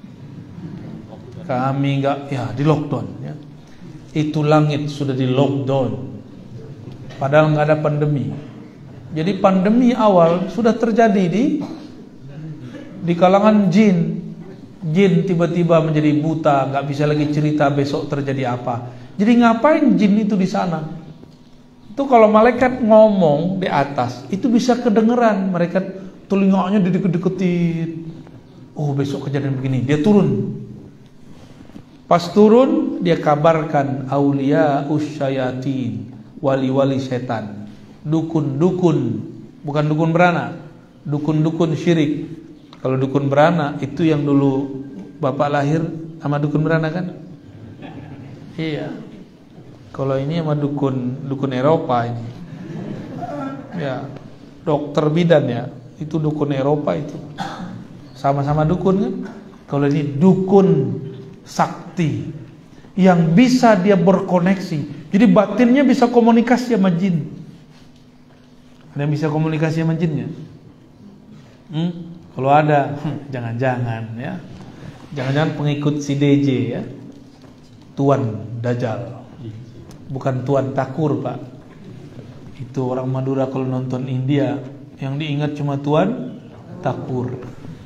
Kami enggak, ya di lockdown ya. Itu langit sudah di lockdown. Padahal nggak ada pandemi. Jadi pandemi awal sudah terjadi di di kalangan jin. Jin tiba-tiba menjadi buta, nggak bisa lagi cerita besok terjadi apa. Jadi ngapain jin itu di sana? Itu kalau malaikat ngomong di atas, itu bisa kedengeran. Mereka telinganya dideket-deketin. Oh besok kejadian begini, dia turun. Pas turun, dia kabarkan aulia usyayatin, wali-wali setan, dukun-dukun, bukan dukun beranak, dukun-dukun syirik. Kalau dukun beranak itu yang dulu bapak lahir sama dukun beranak kan? Iya. Kalau ini sama dukun dukun Eropa ini. Ya, dokter bidan ya, itu dukun Eropa itu. Sama-sama dukun kan? Kalau ini dukun sakti yang bisa dia berkoneksi. Jadi batinnya bisa komunikasi sama jin. Ada yang bisa komunikasi sama jinnya? Hmm? Kalau ada, jangan-jangan ya. Jangan-jangan pengikut si D J ya. Tuan Dajjal. Bukan Tuan Takur, Pak. Itu orang Madura kalau nonton India, yang diingat cuma Tuan Takur.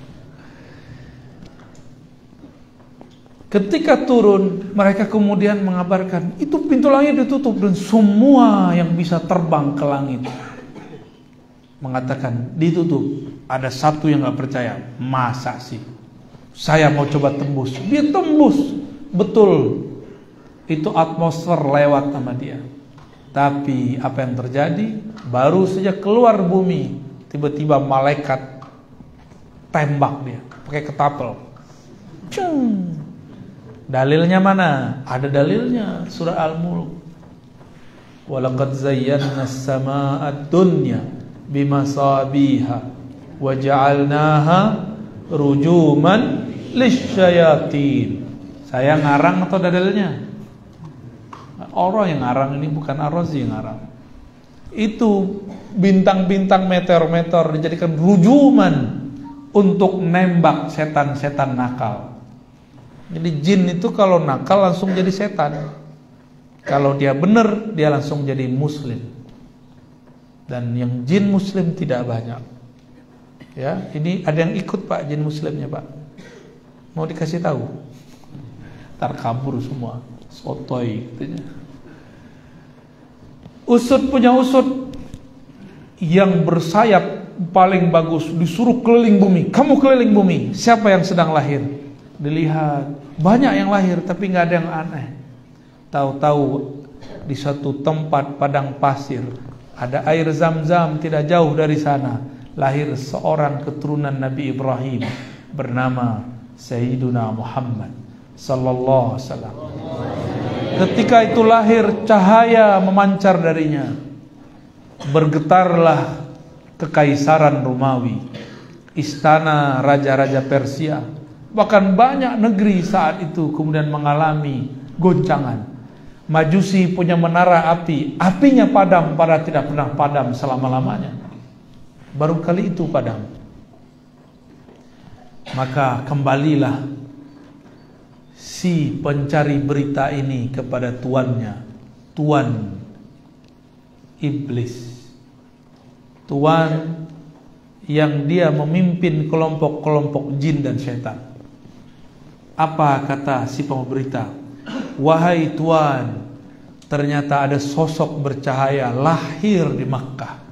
Ketika turun, mereka kemudian mengabarkan, itu pintu langit ditutup dan semua yang bisa terbang ke langit mengatakan ditutup. Ada satu yang gak percaya, masa sih saya mau coba tembus. Dia tembus, betul. Itu atmosfer lewat sama dia. Tapi apa yang terjadi? Baru saja keluar bumi, tiba-tiba malaikat tembak dia pakai ketapel. Cung. Dalilnya mana? Ada dalilnya, surah Al-Mulk. Walaqad zayyana as-samaa'a ad-dunya bimasabiha wa ja'alnaha rujuman lisyayatin. Saya ngarang atau ada dalilnya? Orang yang ngarang ini, bukan Ar-Razi yang ngarang. Itu bintang-bintang meteor-meteor dijadikan rujuman untuk nembak setan-setan nakal. Jadi jin itu kalau nakal langsung jadi setan. Kalau dia benar, dia langsung jadi muslim. Dan yang jin muslim tidak banyak. Ya, ini ada yang ikut Pak jin muslimnya Pak. Mau dikasih tahu? Ntar kabur semua, sotoy katanya. Usut punya usut yang bersayap paling bagus, disuruh keliling bumi. Kamu keliling bumi. Siapa yang sedang lahir? Dilihat, banyak yang lahir tapi nggak ada yang aneh. Tahu-tahu di satu tempat padang pasir ada air zam-zam tidak jauh dari sana. Lahir seorang keturunan Nabi Ibrahim bernama Sayyiduna Muhammad sallallahu alaihi wasallam. Ketika itu lahir, cahaya memancar darinya. Bergetarlah kekaisaran Romawi, istana raja-raja Persia. Bahkan banyak negeri saat itu kemudian mengalami goncangan. Majusi punya menara api, apinya padam, padahal tidak pernah padam selama-lamanya. Baru kali itu padam. Maka kembalilah si pencari berita ini kepada tuannya, tuan iblis, tuan yang dia memimpin kelompok-kelompok jin dan setan. Apa kata si pemberita? Wahai tuan, ternyata ada sosok bercahaya lahir di Makkah.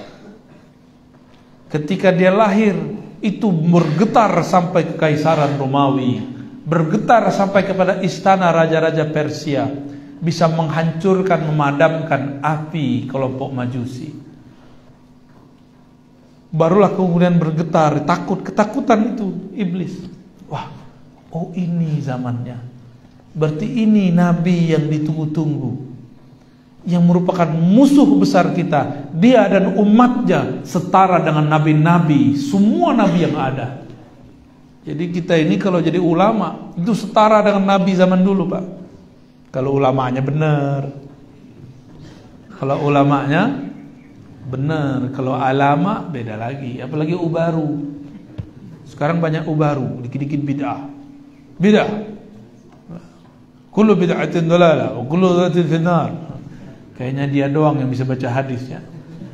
Ketika dia lahir, itu bergetar sampai ke Kekaisaran Romawi, bergetar sampai kepada istana raja-raja Persia, bisa menghancurkan, memadamkan api kelompok Majusi. Barulah kemudian bergetar, takut, ketakutan itu iblis. Wah, oh ini zamannya. Berarti ini nabi yang ditunggu-tunggu, yang merupakan musuh besar kita. Dia dan umatnya setara dengan nabi-nabi, semua nabi yang ada. Jadi kita ini kalau jadi ulama itu setara dengan nabi zaman dulu Pak. Kalau ulamanya benar. Kalau ulamanya Benar, kalau alama beda lagi, apalagi ubaru. Sekarang banyak ubaru, dikit-dikit bid'ah. Bid'ah. Kullu bid'atin dalalah wa kullu dhalatin finnar. Kayaknya dia doang yang bisa baca hadisnya.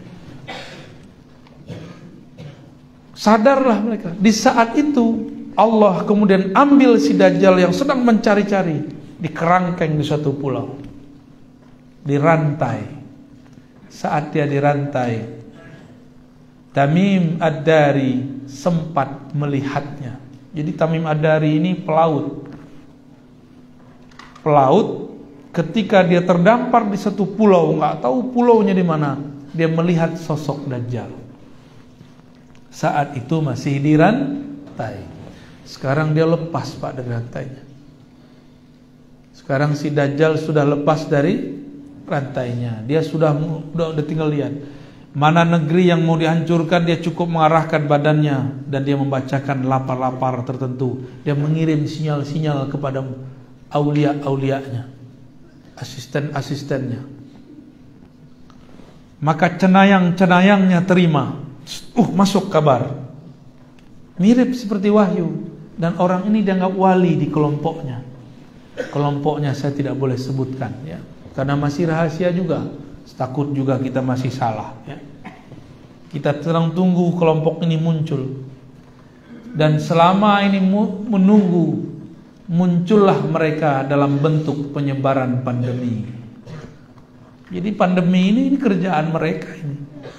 Sadarlah mereka. Di saat itu Allah kemudian ambil si Dajjal yang sedang mencari-cari, dikerangkeng di suatu pulau, dirantai. Saat dia dirantai, Tamim Ad-Dari sempat melihatnya. Jadi Tamim Ad-Dari ini pelaut. Pelaut ketika dia terdampar di satu pulau, nggak tahu pulaunya di mana, dia melihat sosok Dajjal. Saat itu masih dirantai. Sekarang dia lepas Pak dari rantainya. Sekarang si Dajjal sudah lepas dari rantainya. Dia sudah udah, udah tinggal lihat mana negeri yang mau dihancurkan. Dia cukup mengarahkan badannya dan dia membacakan lapar-lapar tertentu. Dia mengirim sinyal-sinyal kepada aulia-aulianya, asisten-asistennya. Maka cenayang-cenayangnya terima. Uh, masuk kabar. Mirip seperti wahyu. Dan orang ini dianggap wali di kelompoknya. Kelompoknya saya tidak boleh sebutkan ya, karena masih rahasia juga. Takut juga kita masih salah ya. Kita sedang tunggu kelompok ini muncul. Dan selama ini menunggu, muncullah mereka dalam bentuk penyebaran pandemi. Jadi pandemi ini, ini kerjaan mereka ini.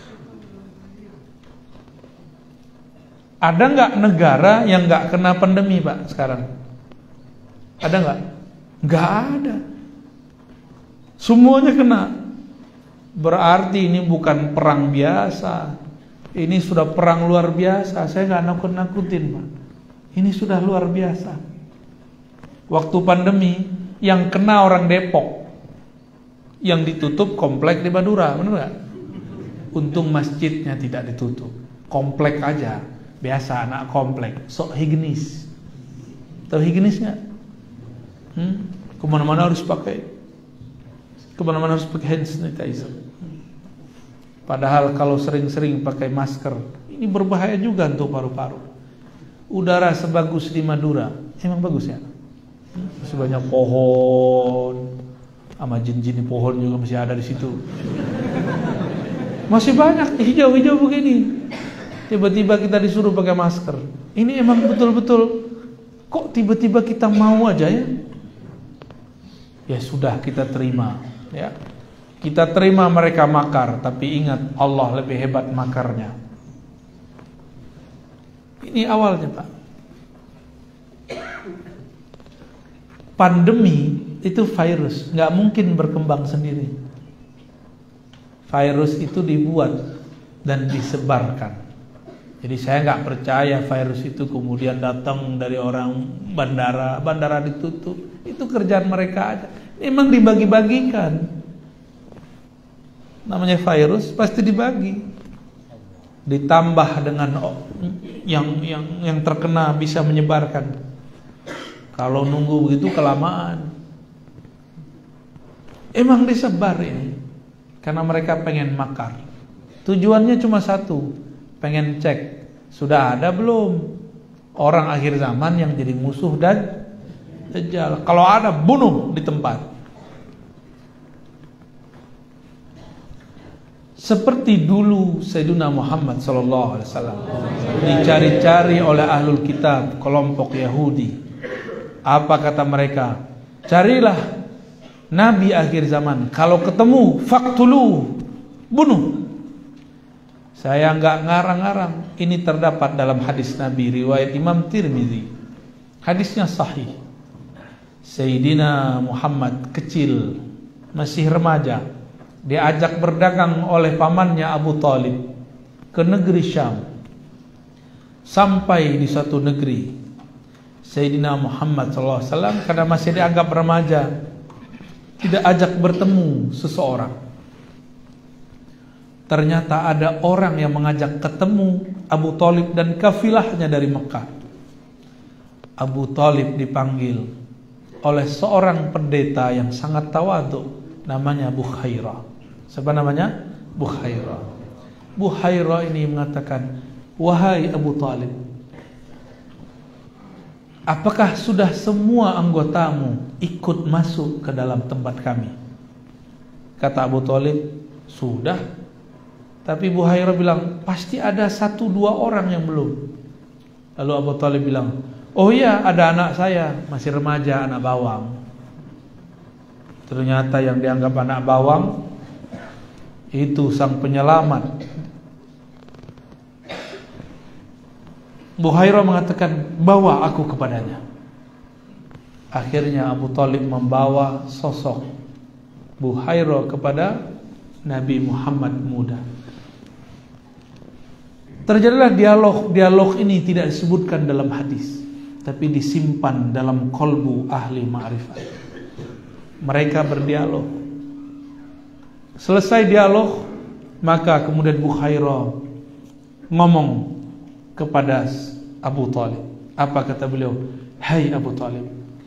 Ada nggak negara yang nggak kena pandemi Pak sekarang? Ada nggak? Nggak ada. Semuanya kena. Berarti ini bukan perang biasa. Ini sudah perang luar biasa. Saya nggak nakut-nakutin Pak. Ini sudah luar biasa. Waktu pandemi yang kena orang Depok, yang ditutup komplek di Madura, benar nggak? Untung masjidnya tidak ditutup, komplek aja. Biasa anak komplek, sok higienis. Tahu higienis nggak? Hmm? Kemana-mana harus pakai, kemana-mana harus pakai hand sanitizer. Padahal kalau sering-sering pakai masker, ini berbahaya juga untuk paru-paru. Udara sebagus di Madura, emang bagus ya? Masih banyak pohon, sama jin-jin di pohon juga masih ada di situ. Masih banyak hijau-hijau begini. Tiba-tiba kita disuruh pakai masker. Ini emang betul-betul, kok tiba-tiba kita mau aja ya? Ya sudah, kita terima ya. Kita terima mereka makar, tapi ingat Allah lebih hebat makarnya. Ini awalnya Pak. Pandemi itu virus, nggak mungkin berkembang sendiri. Virus itu dibuat dan disebarkan. Jadi saya nggak percaya virus itu kemudian datang dari orang bandara, bandara ditutup. Itu kerjaan mereka aja. Memang dibagi-bagikan. Namanya virus pasti dibagi. Ditambah dengan yang yang yang terkena bisa menyebarkan. Kalau nunggu begitu kelamaan. Emang disebar ini. Karena mereka pengen makar. Tujuannya cuma satu. Pengen cek, sudah ada belum orang akhir zaman yang jadi musuh dan Dajjal. Kalau ada, bunuh di tempat. Seperti dulu Sayyidina Muhammad sallallahu alaihi wasallam dicari-cari oleh ahlul kitab, kelompok Yahudi. Apa kata mereka? Carilah Nabi akhir zaman. Kalau ketemu, faktulu, bunuh. Saya enggak ngarang-ngarang. Ini terdapat dalam hadis Nabi riwayat Imam Tirmizi. Hadisnya sahih. Sayyidina Muhammad kecil, masih remaja, diajak berdagang oleh pamannya Abu Talib ke negeri Syam. Sampai di suatu negeri, Sayyidina Muhammad sallallahu alaihi wasallam karena masih dianggap remaja, tidak ajak bertemu seseorang. Ternyata ada orang yang mengajak ketemu Abu Talib dan kafilahnya dari Mekah. Abu Talib dipanggil oleh seorang pendeta yang sangat tawadhu, namanya Bukhairah. Siapa namanya? Bukhairah. Buhairah ini mengatakan, wahai Abu Talib, apakah sudah semua anggotamu ikut masuk ke dalam tempat kami? Kata Abu Talib, sudah. Tapi Buhairah bilang, pasti ada satu dua orang yang belum. Lalu Abu Talib bilang, oh iya, ada anak saya, masih remaja, anak bawang. Ternyata yang dianggap anak bawang itu sang penyelamat. Buhairah mengatakan, bawa aku kepadanya. Akhirnya Abu Talib membawa sosok Buhairah kepada Nabi Muhammad muda. Terjadilah dialog. Dialog ini tidak disebutkan dalam hadis, tapi disimpan dalam kolbu ahli ma'rifat. Mereka berdialog. Selesai dialog, maka kemudian Buhairah ngomong kepada Abu Talib. Apa kata beliau? Hai Abu Talib,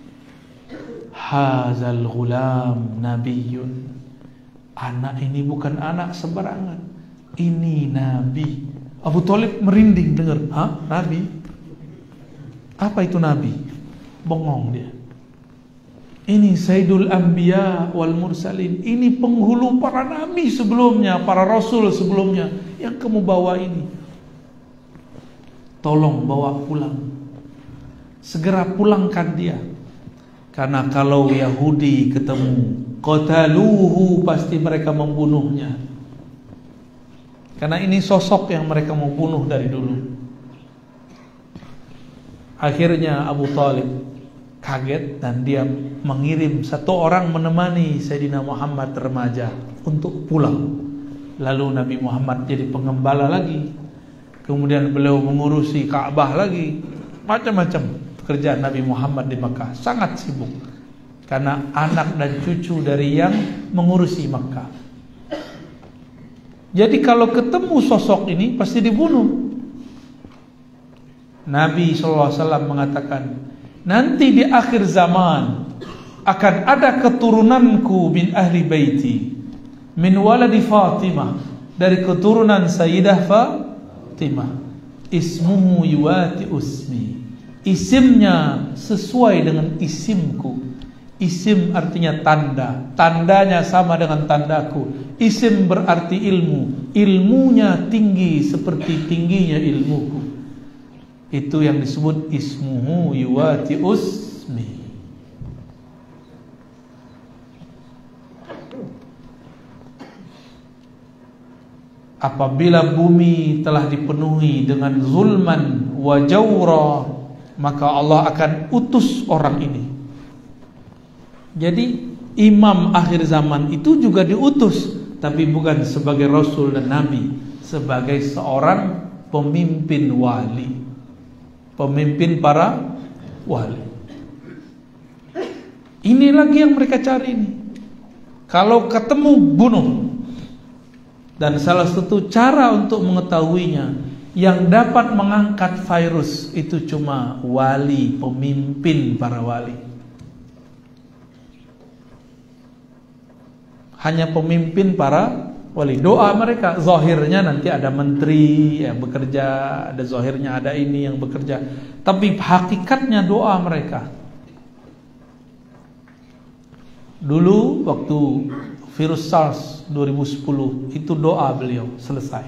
hazal ghulam nabiyyun. Anak ini bukan anak sembarangan, ini nabi. Abu Talib merinding dengar, hah? Nabi? Apa itu nabi? Bengong dia. Ini Sayyidul Anbiya wal Mursalin. Ini penghulu para nabi sebelumnya, para rasul sebelumnya, yang kamu bawa ini. Tolong bawa pulang. Segera pulangkan dia. Karena kalau Yahudi ketemu, qataluhu, pasti mereka membunuhnya. Karena ini sosok yang mereka mau bunuh dari dulu. Akhirnya Abu Talib kaget dan dia mengirim satu orang menemani Sayyidina Muhammad remaja untuk pulang. Lalu Nabi Muhammad jadi pengembala lagi. Kemudian beliau mengurusi Ka'bah lagi. Macam-macam pekerjaan Nabi Muhammad di Makkah. Sangat sibuk. Karena anak dan cucu dari yang mengurusi Makkah. Jadi kalau ketemu sosok ini pasti dibunuh. Nabi shallallahu alaihi wasallam mengatakan, nanti di akhir zaman akan ada keturunanku min ahli baiti, min waladi Fatimah, dari keturunan Sayyidah Fatimah, ismuhu yuwati usmi, isimnya sesuai dengan isimku. Isim artinya tanda, tandanya sama dengan tandaku. Isim berarti ilmu, ilmunya tinggi seperti tingginya ilmuku. Itu yang disebut ismuhu yuwati usmi. Apabila bumi telah dipenuhi dengan zulman wa jawra, maka Allah akan utus orang ini. Jadi imam akhir zaman itu juga diutus, tapi bukan sebagai rasul dan nabi, sebagai seorang pemimpin wali, pemimpin para wali. Ini lagi yang mereka cari ini. Kalau ketemu, bunuh. Dan salah satu cara untuk mengetahuinya, yang dapat mengangkat virus itu cuma wali, pemimpin para wali. Hanya pemimpin para wali. Doa mereka zahirnya nanti ada menteri yang bekerja, ada zahirnya ada ini yang bekerja, tapi hakikatnya doa mereka. Dulu waktu virus SARS dua ribu sepuluh itu doa beliau selesai.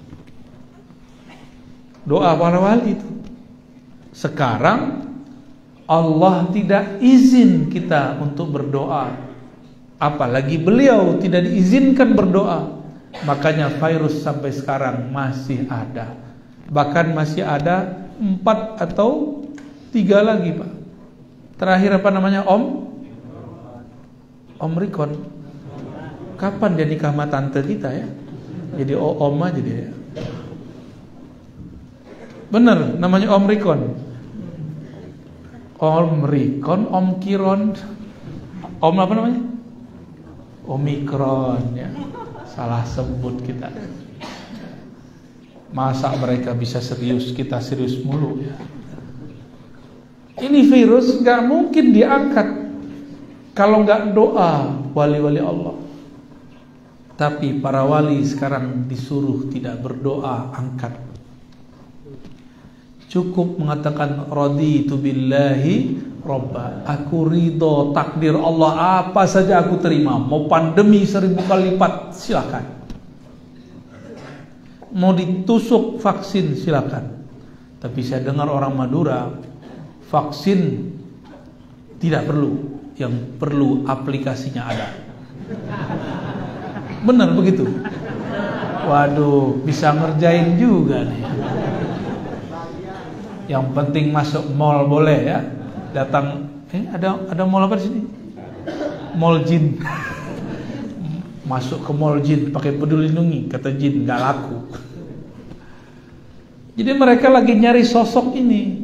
Doa para wali itu. Sekarang Allah tidak izin kita untuk berdoa, apalagi beliau tidak diizinkan berdoa. Makanya virus sampai sekarang masih ada. Bahkan masih ada empat atau tiga lagi, Pak. Terakhir apa namanya, Om? Om Rikon. Kapan dia nikah sama tante kita ya? Jadi Om aja dia. Bener, namanya Om Rikon. Om Rikon, Om Kiron, Om apa namanya? Omikron ya. Salah sebut kita. Masa mereka bisa serius, kita serius mulu ya. Ini virus gak mungkin diangkat kalau gak doa wali-wali Allah. Tapi para wali sekarang disuruh tidak berdoa angkat. Cukup mengatakan raditu billahi robba, aku ridho takdir Allah apa saja aku terima. Mau pandemi seribu kali lipat silakan. Mau ditusuk vaksin silakan. Tapi saya dengar orang Madura vaksin tidak perlu, yang perlu aplikasinya ada. Benar begitu? Waduh, bisa ngerjain juga nih. Yang penting masuk mall boleh ya. Datang, eh ada ada mall apa di sini? Mall jin. Masuk ke mall jin pakai Peduli Lindungi, kata jin nggak laku. Jadi mereka lagi nyari sosok ini.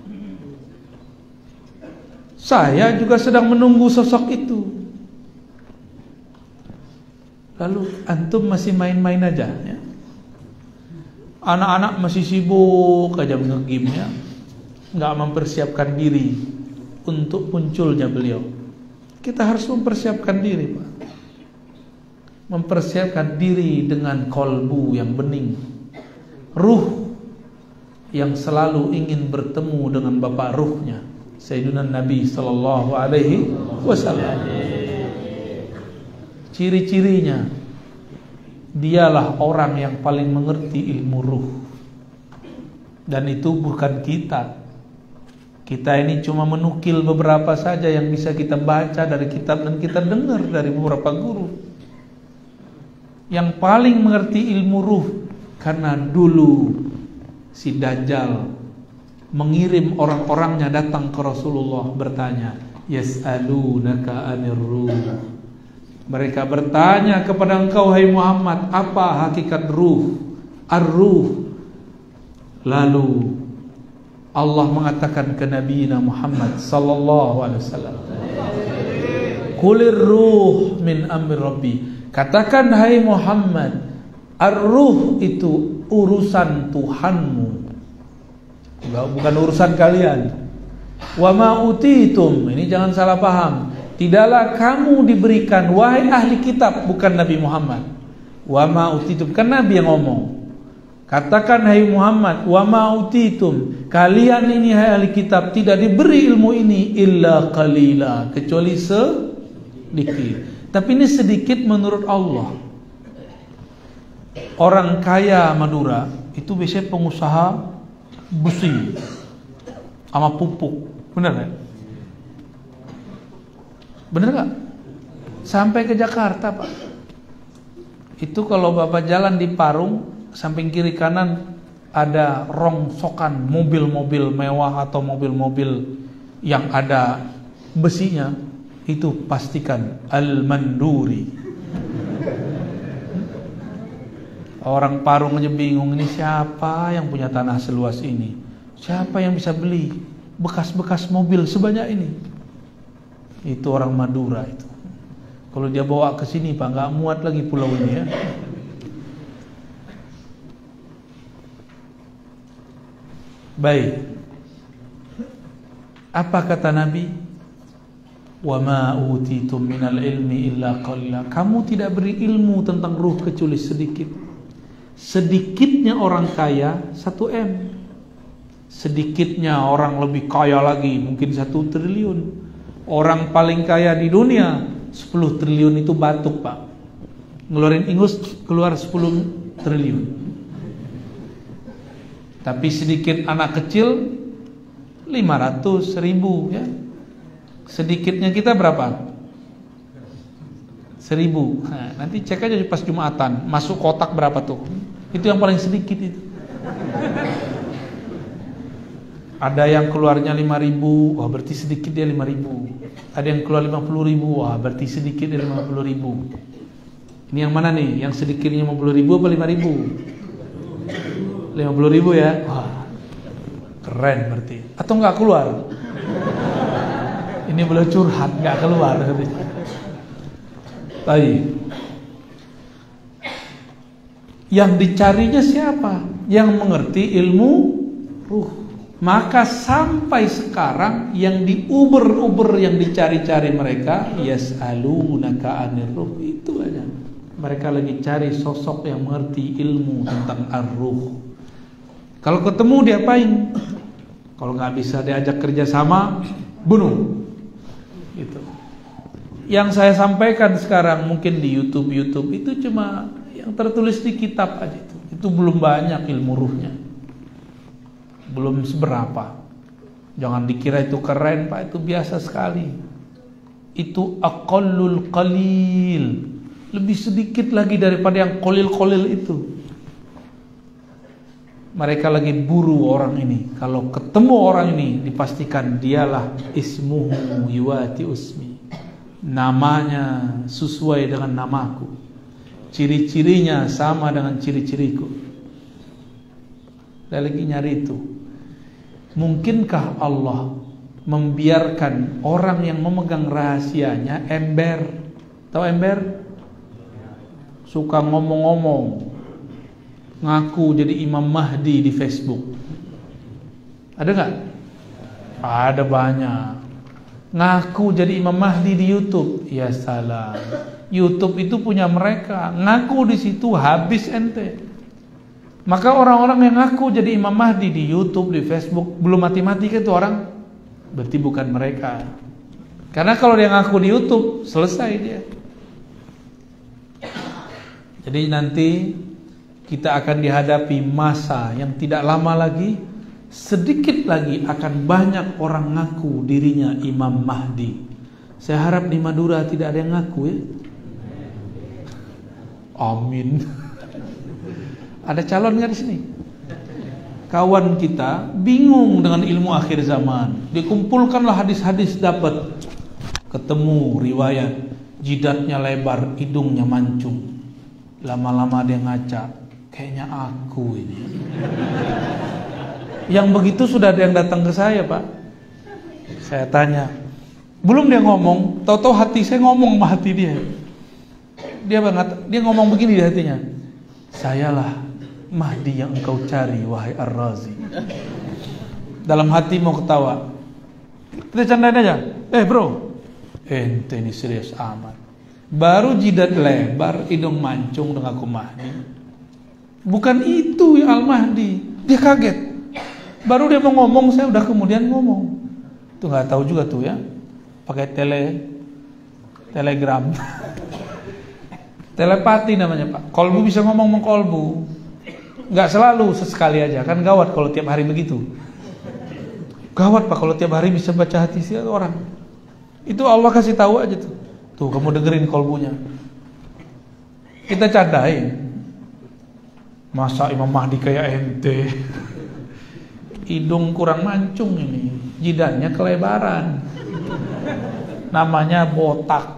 Saya juga sedang menunggu sosok itu. Lalu antum masih main-main aja ya. Anak-anak masih sibuk aja nge-game ya, nggak mempersiapkan diri untuk munculnya beliau. Kita harus mempersiapkan diri, Pak. Mempersiapkan diri dengan kolbu yang bening, ruh yang selalu ingin bertemu dengan bapak ruhnya, Sayyidina Nabi Sallallahu Alaihi Wasallam. Ciri-cirinya, dialah orang yang paling mengerti ilmu ruh. Dan itu bukan kita. Kita ini cuma menukil beberapa saja yang bisa kita baca dari kitab dan kita dengar dari beberapa guru. Yang paling mengerti ilmu ruh, karena dulu si Dajjal mengirim orang-orangnya datang ke Rasulullah bertanya, yas'alunaka anir ruh. Mereka bertanya kepada engkau, hai Muhammad, apa hakikat ruh, ar-ruh. Lalu Allah mengatakan ke Nabi Muhammad sallallahu alaihi wasallam, Qulir ruh min amri Rabbi. Katakan hai Muhammad, ar-ruh itu urusan Tuhanmu, bukan urusan kalian. Wa ma utitum, ini jangan salah paham. Tidaklah kamu diberikan, wahai ahli kitab, bukan Nabi Muhammad. Wa ma utitum, kan Nabi yang ngomong. Katakan hai Muhammad, wa ma utitum, kalian ini hai ahli kitab tidak diberi ilmu ini illa qalila, kecuali sedikit. Tapi ini sedikit menurut Allah. Orang kaya Madura itu biasanya pengusaha besi sama pupuk, benar kan? Bener gak? Sampai ke Jakarta, Pak. Itu kalau Bapak jalan di Parung, samping kiri kanan ada rongsokan mobil-mobil mewah atau mobil-mobil yang ada besinya, itu pastikan Al-Manduri. Orang Parung aja bingung, ini siapa yang punya tanah seluas ini? Siapa yang bisa beli bekas-bekas mobil sebanyak ini? Itu orang Madura itu. Kalau dia bawa ke sini, Pak, nggak muat lagi pulau ini ya. Baik. Apa kata Nabi? Wa ma utitum minal ilmi illa qalila. Kamu tidak beri ilmu tentang ruh kecuali sedikit. Sedikitnya orang kaya satu M. Sedikitnya orang lebih kaya lagi mungkin satu triliun. Orang paling kaya di dunia sepuluh triliun itu batuk, Pak. Ngeluarin ingus keluar sepuluh triliun. Tapi sedikit anak kecil lima ratus ribu ya. Sedikitnya kita berapa? Seribu. Nah, nanti cek aja pas Jumatan, masuk kotak berapa tuh? Itu yang paling sedikit itu. Ada yang keluarnya lima ribu, wah berarti sedikit dia lima ribu. Ada yang keluar lima puluh ribu, wah berarti sedikit dia lima puluh ribu. Ini yang mana nih? Yang sedikitnya lima puluh ribu apa lima ribu? lima puluh ribu ya? Wah, keren berarti. Atau nggak keluar? Ini boleh curhat, nggak keluar. Baik. Yang dicarinya siapa? Yang mengerti ilmu ruh. Maka sampai sekarang yang diuber-uber, yang dicari-cari mereka, yas'alunaka anir ruh, itu aja. Mereka lagi cari sosok yang mengerti ilmu tentang ar-ruh. Kalau ketemu diapain? Kalau nggak bisa diajak kerjasama, bunuh. Gitu. Yang saya sampaikan sekarang mungkin di YouTube YouTube itu cuma yang tertulis di kitab aja itu. Itu belum banyak ilmu ruhnya. Belum seberapa. Jangan dikira itu keren, Pak, itu biasa sekali. Itu aqallul qalil. Lebih sedikit lagi daripada yang qalil-qalil itu. Mereka lagi buru orang ini. Kalau ketemu orang ini dipastikan dialah ismuhu yuwati usmi. Namanya sesuai dengan namaku. Ciri-cirinya sama dengan ciri-ciriku. Saya lagi nyari itu. Mungkinkah Allah membiarkan orang yang memegang rahasianya ember? Tahu ember? Suka ngomong-ngomong, ngaku jadi Imam Mahdi di Facebook. Ada nggak? Ada banyak. Ngaku jadi Imam Mahdi di YouTube. Ya salah. YouTube itu punya mereka. Ngaku di situ habis ente. Maka orang-orang yang ngaku jadi Imam Mahdi di YouTube, di Facebook, belum mati-mati kan itu orang? Berarti bukan mereka. Karena kalau dia ngaku di YouTube, selesai dia. Jadi nanti kita akan dihadapi masa yang tidak lama lagi, sedikit lagi akan banyak orang ngaku dirinya Imam Mahdi. Saya harap di Madura tidak ada yang ngaku ya. Amin. Ada calon nggak di sini? Kawan kita bingung dengan ilmu akhir zaman. Dikumpulkanlah hadis-hadis dapat. Ketemu riwayat, jidatnya lebar, hidungnya mancung. Lama-lama dia ngaca, kayaknya aku ini. Yang begitu sudah ada yang datang ke saya, Pak. Saya tanya, belum dia ngomong, tahu-tahu hati saya ngomong sama hati dia. Dia banget, dia ngomong begini di hatinya. Sayalah Mahdi yang engkau cari, wahai Ar-Razi. Dalam hati mau ketawa. Kita candain aja. Eh bro, ente ini serius amat. Baru jidat lebar, hidung mancung dengan aku Mahdi. Bukan itu ya Al-Mahdi. Dia kaget. Baru dia mau ngomong, saya udah kemudian ngomong. Tuh nggak tahu juga tuh ya. Pakai tele, telegram, telepati namanya Pak. Kolbu bisa ngomong mengkolbu. Nggak selalu, sesekali aja. Kan gawat kalau tiap hari begitu. Gawat Pak kalau tiap hari bisa baca hati si orang. Itu Allah kasih tahu aja tuh. Tuh kamu dengerin kolbunya. Kita candain. Masa Imam Mahdi kayak ente? Hidung kurang mancung ini, jidatnya kelebaran. Namanya botak.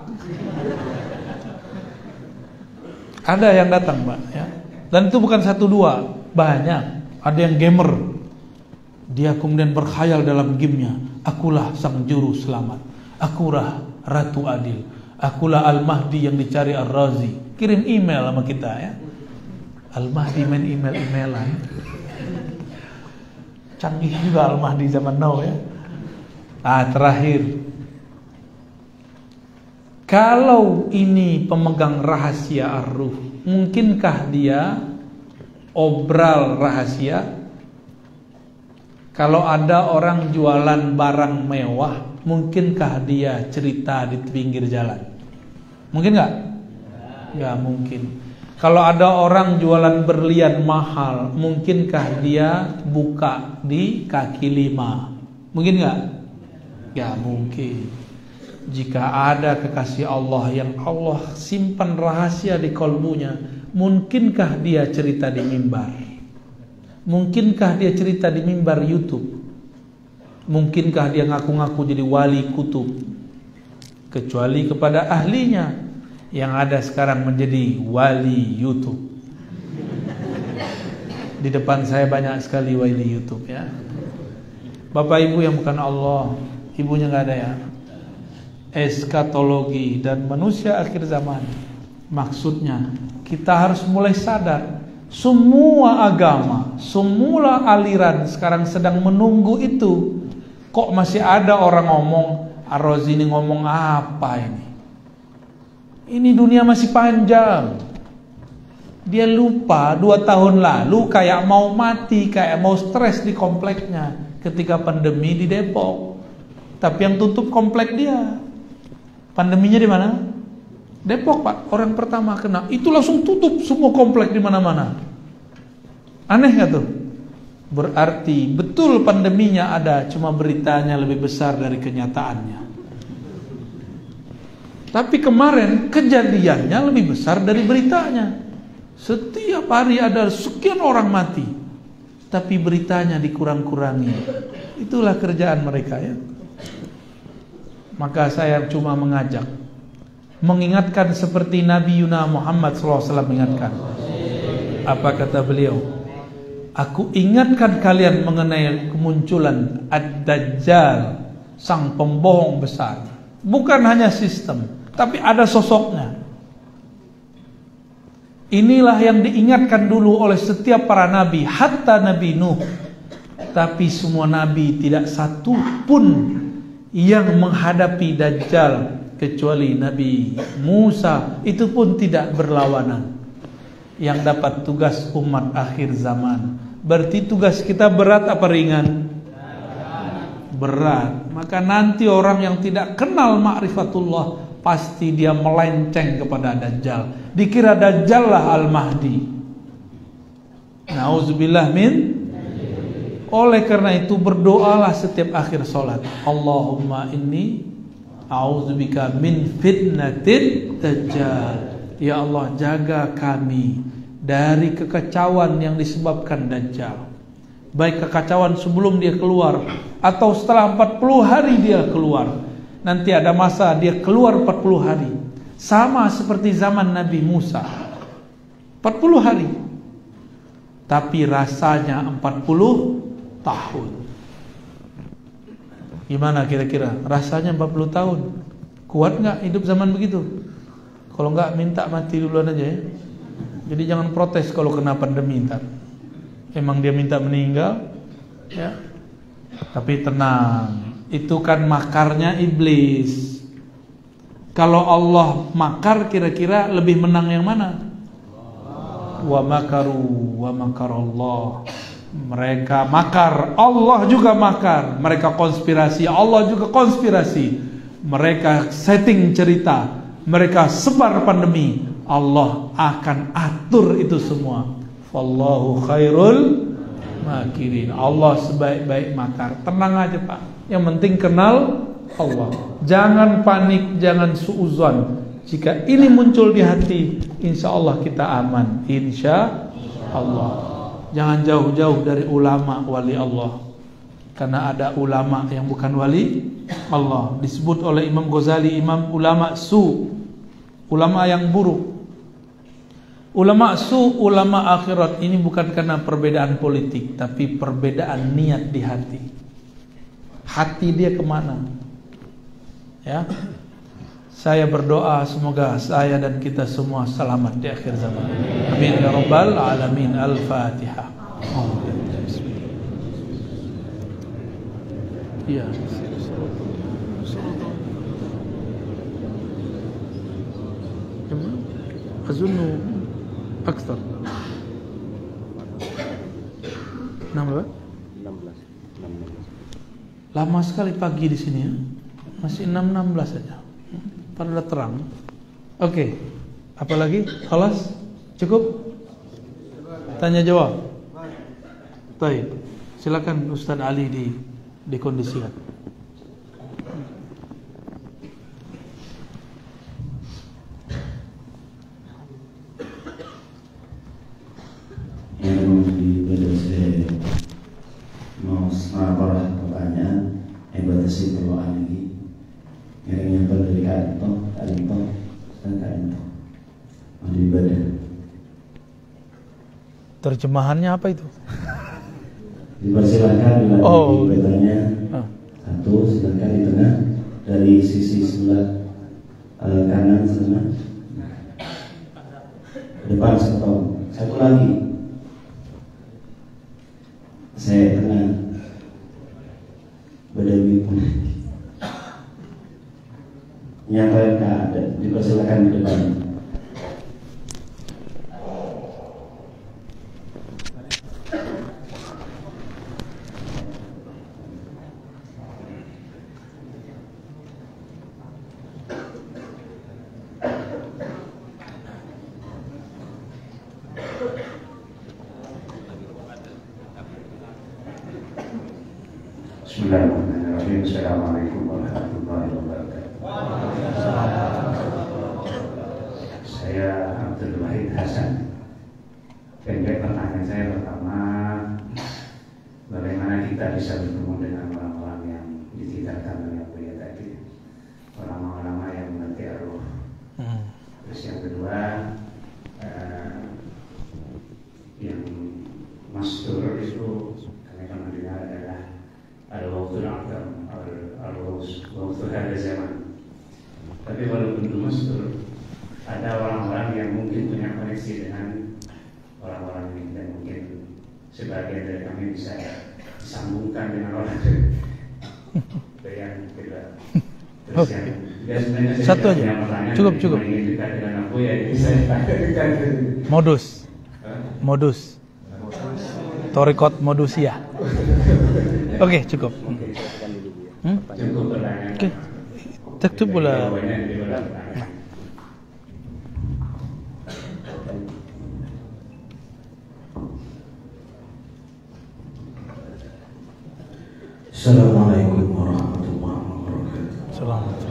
Ada yang datang, Pak, ya. Dan itu bukan satu dua, banyak. Ada yang gamer. Dia kemudian berkhayal dalam gamenya. Akulah sang juru selamat. Akulah Ratu Adil. Akulah Al-Mahdi yang dicari Ar-Razi. Kirim email sama kita ya. Al-Mahdi main email-emailan. Canggih juga Al-Mahdi zaman now ya. Ah, terakhir. Kalau ini pemegang rahasia ar-ruh, mungkinkah dia obral rahasia? Kalau ada orang jualan barang mewah, mungkinkah dia cerita di pinggir jalan? Mungkin nggak? Nggak mungkin. Kalau ada orang jualan berlian mahal, mungkinkah dia buka di kaki lima? Mungkin nggak? Nggak mungkin. Jika ada kekasih Allah yang Allah simpan rahasia di kolbunya, mungkinkah dia cerita di mimbar? Mungkinkah dia cerita di mimbar YouTube? Mungkinkah dia ngaku-ngaku jadi wali kutub? Kecuali kepada ahlinya yang ada sekarang menjadi wali YouTube. Di depan saya banyak sekali wali YouTube ya. Bapak ibu yang bukan Allah, ibunya nggak ada ya. Eskatologi dan manusia akhir zaman. Maksudnya kita harus mulai sadar. Semua agama, semua aliran sekarang sedang menunggu itu. Kok masih ada orang ngomong, Ar-Razi ini ngomong apa ini? Ini dunia masih panjang. Dia lupa dua tahun lalu kayak mau mati, kayak mau stres di kompleknya ketika pandemi di Depok. Tapi yang tutup komplek dia. Pandeminya di mana? Depok, Pak. Orang pertama kena. Itu langsung tutup semua komplek di mana-mana. Aneh nggak tuh? Berarti betul pandeminya ada, cuma beritanya lebih besar dari kenyataannya. Tapi kemarin kejadiannya lebih besar dari beritanya. Setiap hari ada sekian orang mati, tapi beritanya dikurang-kurangi. Itulah kerjaan mereka ya. Maka saya cuma mengajak, mengingatkan seperti Nabi Yuna Muhammad shallallahu alaihi wasallam mengingatkan. Apa kata beliau? Aku ingatkan kalian mengenai kemunculan Ad-Dajjal, sang pembohong besar. Bukan hanya sistem, tapi ada sosoknya. Inilah yang diingatkan dulu oleh setiap para nabi, hatta Nabi Nuh. Tapi semua nabi tidak satu pun yang menghadapi Dajjal kecuali Nabi Musa, itu pun tidak berlawanan. Yang dapat tugas umat akhir zaman. Berarti tugas kita berat apa ringan? Berat. Maka nanti orang yang tidak kenal ma'rifatullah pasti dia melenceng kepada Dajjal. Dikira Dajjal lah Al-Mahdi. Nauzubillah min. Oleh karena itu berdoalah setiap akhir salat. Allahumma inni a'udzubika min fitnatid Dajjal. Ya Allah, jaga kami dari kekacauan yang disebabkan Dajjal. Baik kekacauan sebelum dia keluar atau setelah empat puluh hari dia keluar. Nanti ada masa dia keluar empat puluh hari. Sama seperti zaman Nabi Musa. empat puluh hari. Tapi rasanya empat puluh tahun. Gimana kira-kira? Rasanya empat puluh tahun. Kuat gak hidup zaman begitu? Kalau enggak minta mati duluan aja ya. Jadi jangan protes kalau kena pandemi ntar. Emang dia minta meninggal ya. Tapi tenang, itu kan makarnya iblis. Kalau Allah makar, kira-kira lebih menang yang mana? Wa makaru wa makarallah. Mereka makar, Allah juga makar. Mereka konspirasi, Allah juga konspirasi. Mereka setting cerita, mereka sebar pandemi, Allah akan atur itu semua. Wallahu khairul makirin. Allah sebaik-baik makar. Tenang aja Pak. Yang penting kenal Allah. Jangan panik, jangan suuzon. Jika ini muncul di hati, insya Allah kita aman. Insya Allah. Jangan jauh-jauh dari ulama wali Allah. Karena ada ulama yang bukan wali Allah. Disebut oleh Imam Ghazali, imam ulama su, ulama yang buruk. Ulama su, ulama akhirat. Ini bukan karena perbedaan politik, tapi perbedaan niat di hati. Hati dia kemana? Ya, saya berdoa semoga saya dan kita semua selamat di akhir zaman. Amin ya rabbal alamin. Al-Fatihah. Ya. Azunnu akthar. enam belas. Lama sekali pagi di sini ya. Masih enam enam belas saja. Pada terang. Oke. Okay. Apalagi? Khalas? Cukup? Tanya jawab. Baik. Silakan Ustaz Ali di dikondisikan. Mau semarah pertanyaan yang batasi perluan lagi yang yang dari kanto, kanto, dan kanto mau ibadah. Terjemahannya apa itu? Dipersilakan bila oh. ibadahnya ah. Satu, silakan di tengah dari sisi sebelah uh, kanan sana depan satu, satu lagi saya tengah Badawi pun nyata ada dipersilakan Silakan ke depan. Bismillahirrahmanirrahim. Assalamualaikum warahmatullahi wabarakatuh. Saya Abdul Wahid Hasan. Pendek pertanyaan saya pertama, bagaimana kita bisa bertemu dengan orang-orang yang ditinggalkan oleh Buya tadi, orang-orang yang mengerti arwah. Terus yang kedua, eh, yang mastur itu kami akan mendengar adalah al-waqtul a'zam, al-waqtul hadha zaman. Tapi walaupun itu mastur, ada orang-orang yang mungkin punya koneksi dengan orang-orang ini, dan mungkin sebagian dari kami bisa disambungkan dengan orang yang tidak. Terus yang, ya sebenarnya satu aja, cukup cukup. Dekat dengan aku ya, jadi saya dekat. Modus, modus, torikot modusia. Oke, cukup. Hmm? Cukup pertanyaan. Oke, cukup pula. Assalamualaikum warahmatullahi wabarakatuh. Assalamualaikum.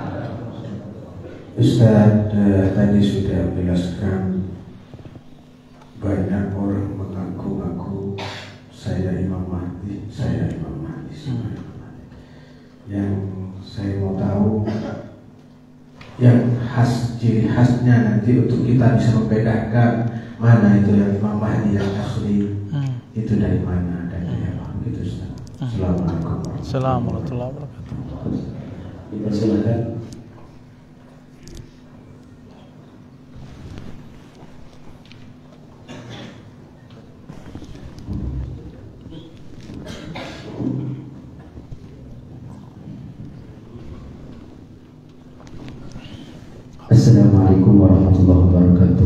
Ustaz eh, tadi sudah menjelaskan banyak orang mengaku-ngaku saya Imam Mahdi, saya Imam Mahdi, saya Imam Mahdi. Yang saya mau tahu yang khas, ciri khasnya nanti untuk kita bisa membedakan mana itu yang Imam Mahdi yang asli, hmm. itu dari mana dan dari apa, begitu Ustaz. Assalamualaikum warahmatullahi wabarakatuh. Dipersilakan. Assalamualaikum warahmatullahi wabarakatuh.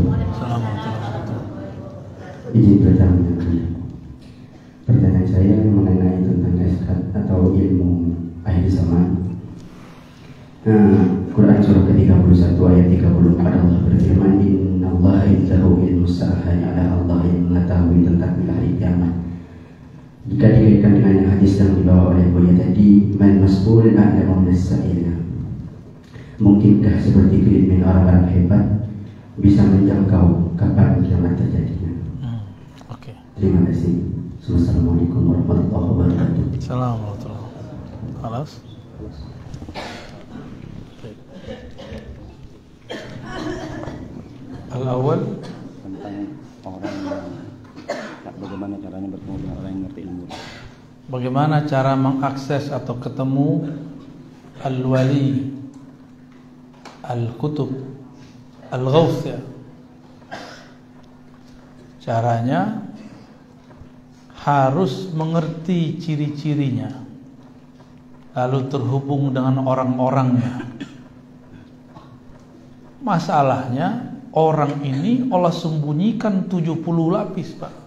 Izin bertanya. Pertanyaan saya mengenai tentang eskat atau ilmu akhir zaman. Nah, Quran surah ke tiga puluh satu ayat tiga puluh empat Allah berfirman, Innallaha indahu ilmu sa'ah, hanya Allah yang mengetahui tentang hari kiamat. Jika dikaitkan dengan hadis yang dibawa oleh Buya tadi, man mas'ul a'lamu minas-sa'il. Mungkinkah seperti kelimin orang-orang hebat bisa menjangkau kapan kiamat terjadinya? Hmm, Oke. Okay. Terima kasih. Assalamualaikum warahmatullahi wabarakatuh. Assalamualaikum warahmatullahi wabarakatuh. Al-awwal tentang orang yang bagaimana caranya bertemu dengan orang yang mengerti ilmu. Bagaimana cara mengakses atau ketemu al-wali, al-kutub, al-ghawth ya. Caranya harus mengerti ciri-cirinya, lalu terhubung dengan orang-orangnya. Masalahnya orang ini Allah sembunyikan tujuh puluh lapis, Pak.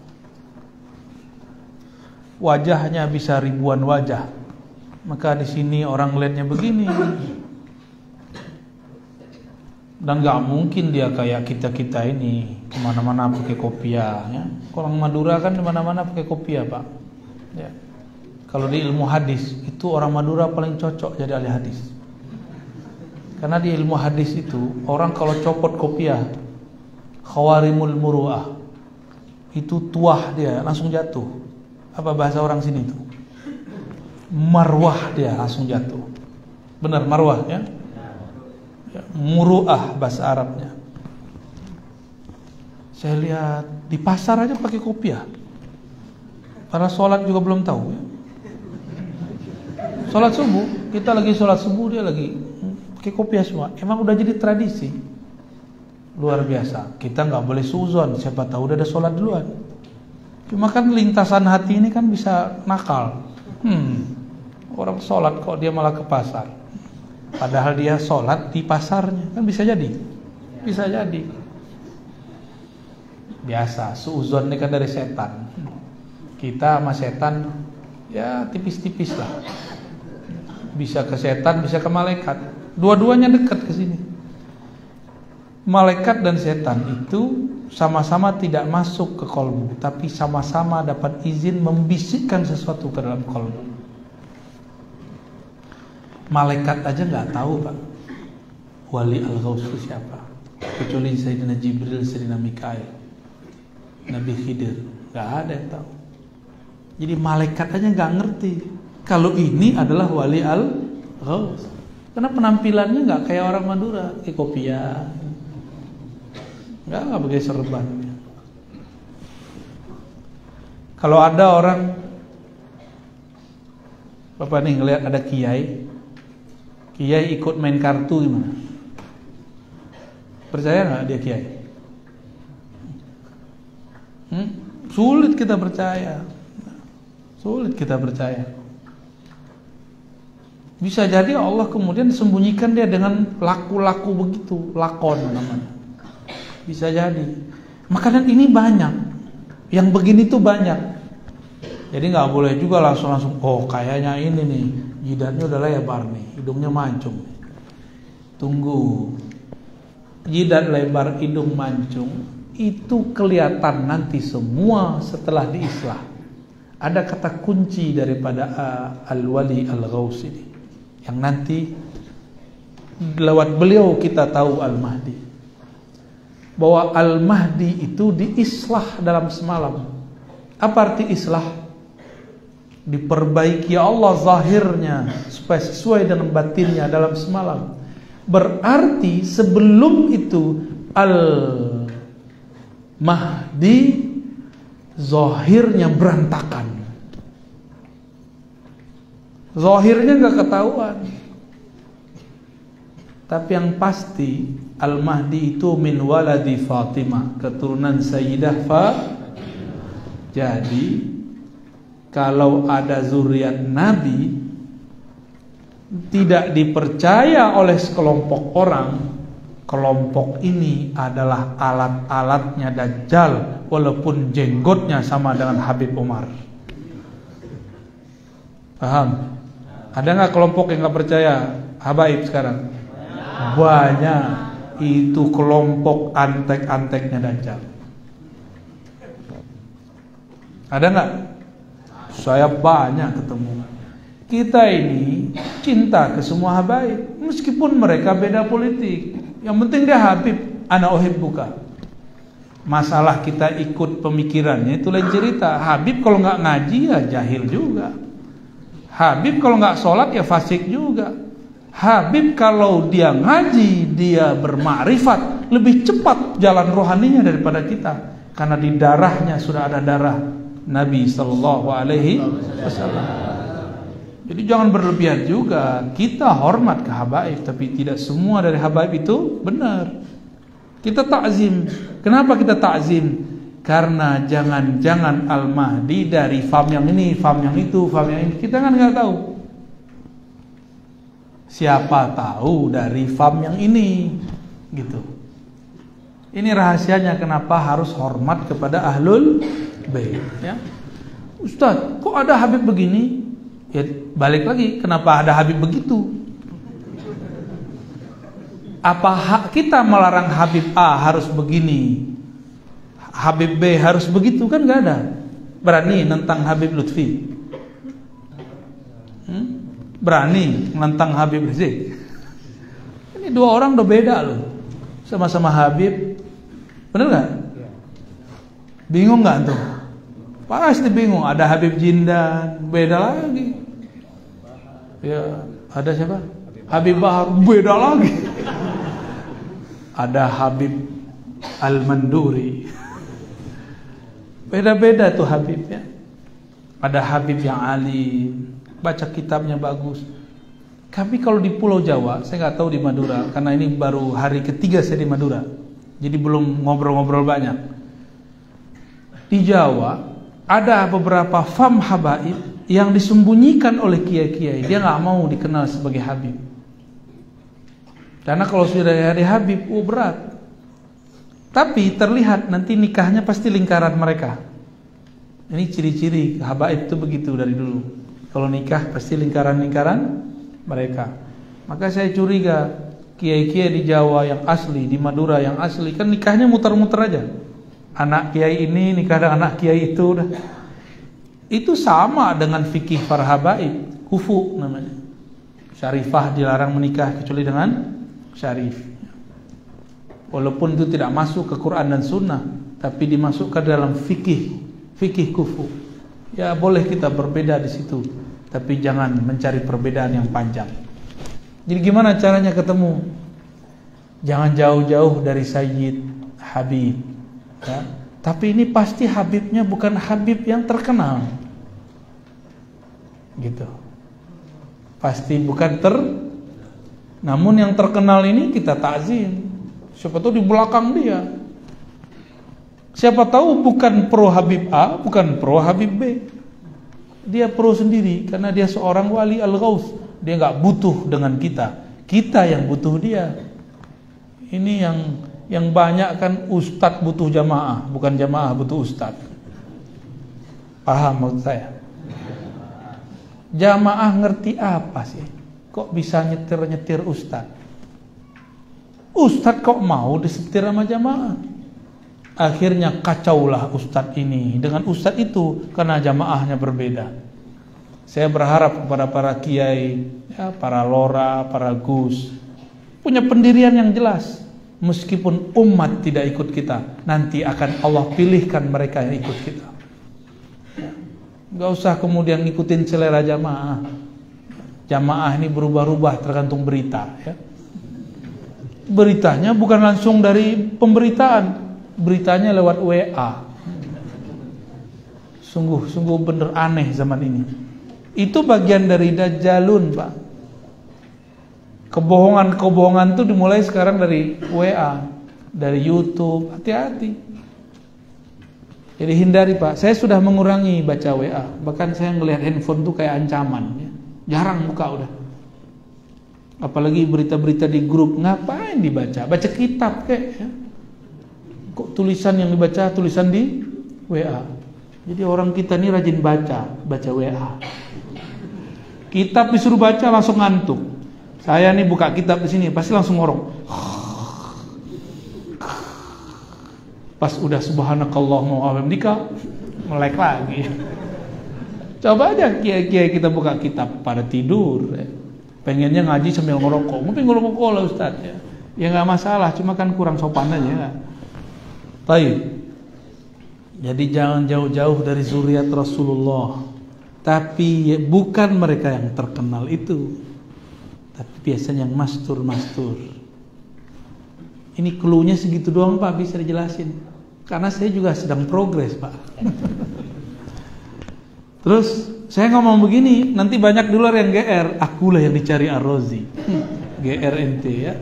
Wajahnya bisa ribuan wajah. Maka di sini orang lihatnya begini. Dan gak mungkin dia kayak kita-kita ini kemana-mana pakai kopiah ya. Orang Madura kan dimana-mana pakai kopiah, Pak ya. Kalau di ilmu hadis itu orang Madura paling cocok jadi ahli hadis. Karena di ilmu hadis itu orang kalau copot kopiah, khawarimul muru'ah, itu tuah dia langsung jatuh. Apa bahasa orang sini itu? Marwah dia langsung jatuh. Benar, marwah ya. Ya, muru'ah bahasa Arabnya. Saya lihat di pasar aja pakai kopiah. Para sholat juga belum tahu ya. Sholat subuh, kita lagi sholat subuh dia lagi pakai kopiah semua. Emang udah jadi tradisi. Luar biasa. Kita nggak boleh suzon, siapa tahu udah ada sholat duluan. Cuma kan lintasan hati ini kan bisa nakal. Hmm, orang sholat kok dia malah ke pasar. padahal dia sholat di pasarnya, kan bisa jadi, bisa jadi. Biasa, suuzon ini kan dari setan. Kita sama setan ya tipis-tipis lah. Bisa ke setan, bisa ke malaikat. Dua-duanya dekat ke sini. Malaikat dan setan itu sama-sama tidak masuk ke kolbu, tapi sama-sama dapat izin membisikkan sesuatu ke dalam kolbu. Malaikat aja nggak tahu Pak, wali al-ghaus itu siapa, kecuali Sayyidina Jibril, Sayyidina Mikail, Nabi Khidir, nggak ada yang tahu. Jadi malaikat aja nggak ngerti kalau ini adalah wali al-ghaus, karena penampilannya nggak kayak orang Madura, kayak kopiah, nggak nggak pakai serban. Kalau ada orang, Bapak nih ngelihat ada kiai, kiai ikut main kartu gimana? Percaya nggak dia kiai? Hmm? Sulit kita percaya, sulit kita percaya. Bisa jadi Allah kemudian sembunyikan dia dengan laku-laku begitu, lakon namanya. Bisa jadi. Makanan ini banyak, yang begini tuh banyak. Jadi nggak boleh juga langsung-langsung, oh kayaknya ini nih, jidatnya udah lebar nih, hidungnya mancung. Tunggu, jidat lebar, hidung mancung, itu kelihatan nanti semua setelah diislah. Ada kata kunci daripada uh, al-wali al-ghaus ini, yang nanti lewat beliau kita tahu al-Mahdi, bahwa al-Mahdi itu diislah dalam semalam. Apa arti islah? Diperbaiki Allah zahirnya supaya sesuai dengan batinnya dalam semalam. Berarti sebelum itu al-Mahdi zahirnya berantakan, zahirnya gak ketahuan. Tapi yang pasti Al-Mahdi itu min waladi Fatimah, keturunan Sayyidah Fatimah. Jadi kalau ada zuriat Nabi tidak dipercaya oleh sekelompok orang, kelompok ini adalah alat-alatnya Dajjal, walaupun jenggotnya sama dengan Habib Umar. Paham? Ada nggak kelompok yang nggak percaya habaib sekarang? Banyak. Itu kelompok antek-anteknya Dajjal. Ada nggak? Saya banyak ketemu. Kita ini cinta ke semua habaib, meskipun mereka beda politik. Yang penting dia Habib, ana uhibbuka. Masalah kita ikut pemikirannya itu lain cerita. Habib kalau nggak ngaji ya jahil juga. Habib kalau nggak sholat ya fasik juga. Habib kalau dia ngaji, dia bermakrifat, lebih cepat jalan rohaninya daripada kita, karena di darahnya sudah ada darah Nabi Sallallahu Alaihi Wasallam. Jadi jangan berlebihan juga. Kita hormat ke habaib, tapi tidak semua dari habaib itu benar. Kita takzim. Kenapa kita takzim? Karena jangan-jangan Al-Mahdi dari fam yang ini, fam yang itu, fam yang ini. Kita kan nggak tahu. Siapa tahu dari fam yang ini, gitu. Ini rahasianya kenapa harus hormat kepada ahlul bait. Ya, Ustaz, kok ada Habib begini? Ya balik lagi, kenapa ada Habib begitu? Apa hak kita melarang Habib A harus begini, Habib B harus begitu? Kan gak ada. Berani nentang Habib Lutfi? Hmm? Berani nentang Habib Rizik? Ini dua orang udah beda loh, sama-sama Habib. Bener gak? Bingung gak tuh? Pasti bingung. Ada Habib Jindan, beda lagi. Ya, ada siapa? Habib Bahar, beda lagi. Ada Habib Al-Manduri, beda-beda tuh Habib ya. Ada Habib yang alim, baca kitabnya bagus. Kami kalau di Pulau Jawa, saya nggak tahu di Madura, karena ini baru hari ketiga saya di Madura, jadi belum ngobrol-ngobrol banyak. Di Jawa ada beberapa fam habaib yang disembunyikan oleh kiai-kiai. Dia nggak mau dikenal sebagai habib. Karena kalau sudah hari Habib, oh berat. Tapi terlihat nanti nikahnya pasti lingkaran mereka. Ini ciri-ciri habaib itu begitu dari dulu. Kalau nikah pasti lingkaran-lingkaran mereka. Maka saya curiga kiai-kiai di Jawa yang asli, di Madura yang asli, kan nikahnya muter-muter aja. Anak kiai ini nikah dengan anak kiai itu udah. Itu sama dengan fikih para habaib, kufu namanya. Syarifah dilarang menikah kecuali dengan syarif. Walaupun itu tidak masuk ke Quran dan Sunnah, tapi dimasukkan dalam fikih, fikih kufu. Ya boleh kita berbeda di situ, tapi jangan mencari perbedaan yang panjang. Jadi gimana caranya ketemu? Jangan jauh-jauh dari Sayyid Habib, ya. Tapi ini pasti Habibnya bukan Habib yang terkenal, gitu. Pasti bukan ter. Namun yang terkenal ini kita takzim. Siapa tahu di belakang dia. Siapa tahu bukan pro Habib A, bukan pro Habib B. Dia pro sendiri karena dia seorang wali al-ghaus. Dia nggak butuh dengan kita. Kita yang butuh dia. Ini yang yang banyak kan ustadz butuh jamaah, bukan jamaah butuh ustadz. Paham maksud saya? Jamaah ngerti apa sih? Kok bisa nyetir-nyetir ustadz? Ustadz kok mau disetir sama jamaah? Akhirnya kacaulah ustadz ini dengan ustadz itu karena jamaahnya berbeda. Saya berharap kepada para kiai, ya, para lora, para gus, punya pendirian yang jelas. Meskipun umat tidak ikut kita, nanti akan Allah pilihkan mereka yang ikut kita. Gak usah kemudian ngikutin selera jamaah. Jamaah ini berubah-ubah tergantung berita, ya. Beritanya bukan langsung dari pemberitaan, beritanya lewat W A. Sungguh, sungguh bener aneh zaman ini. Itu bagian dari Dajjalun, Pak. Kebohongan-kebohongan itu dimulai sekarang dari W A, dari YouTube. Hati-hati. Jadi hindari, Pak. Saya sudah mengurangi baca W A. Bahkan saya ngelihat handphone tuh kayak ancaman, ya. Jarang buka udah. Apalagi berita-berita di grup, ngapain dibaca? Baca kitab kek, ya. Kok tulisan yang dibaca tulisan di W A. Jadi orang kita ini rajin baca, baca W A. Kitab disuruh baca langsung ngantuk. Saya nih buka kitab di sini pasti langsung ngorok. Pas udah subhanakallahumma wa bihamdika melek lagi. Coba aja kiai-kiai kita buka kitab pada tidur, ya. Pengennya ngaji sambil ngerokok, mungkin ngerokok lah Ustaz, ya. Ya nggak masalah, cuma kan kurang sopan aja. Baik. Jadi jangan jauh-jauh dari zuriat Rasulullah. Tapi bukan mereka yang terkenal itu, tapi biasanya yang mastur-mastur. Ini cluenya segitu doang, Pak, bisa dijelasin. Karena saya juga sedang progres, Pak. Terus saya ngomong begini, nanti banyak di luar yang G R, akulah yang dicari Ar-Razi. G R N T, ya.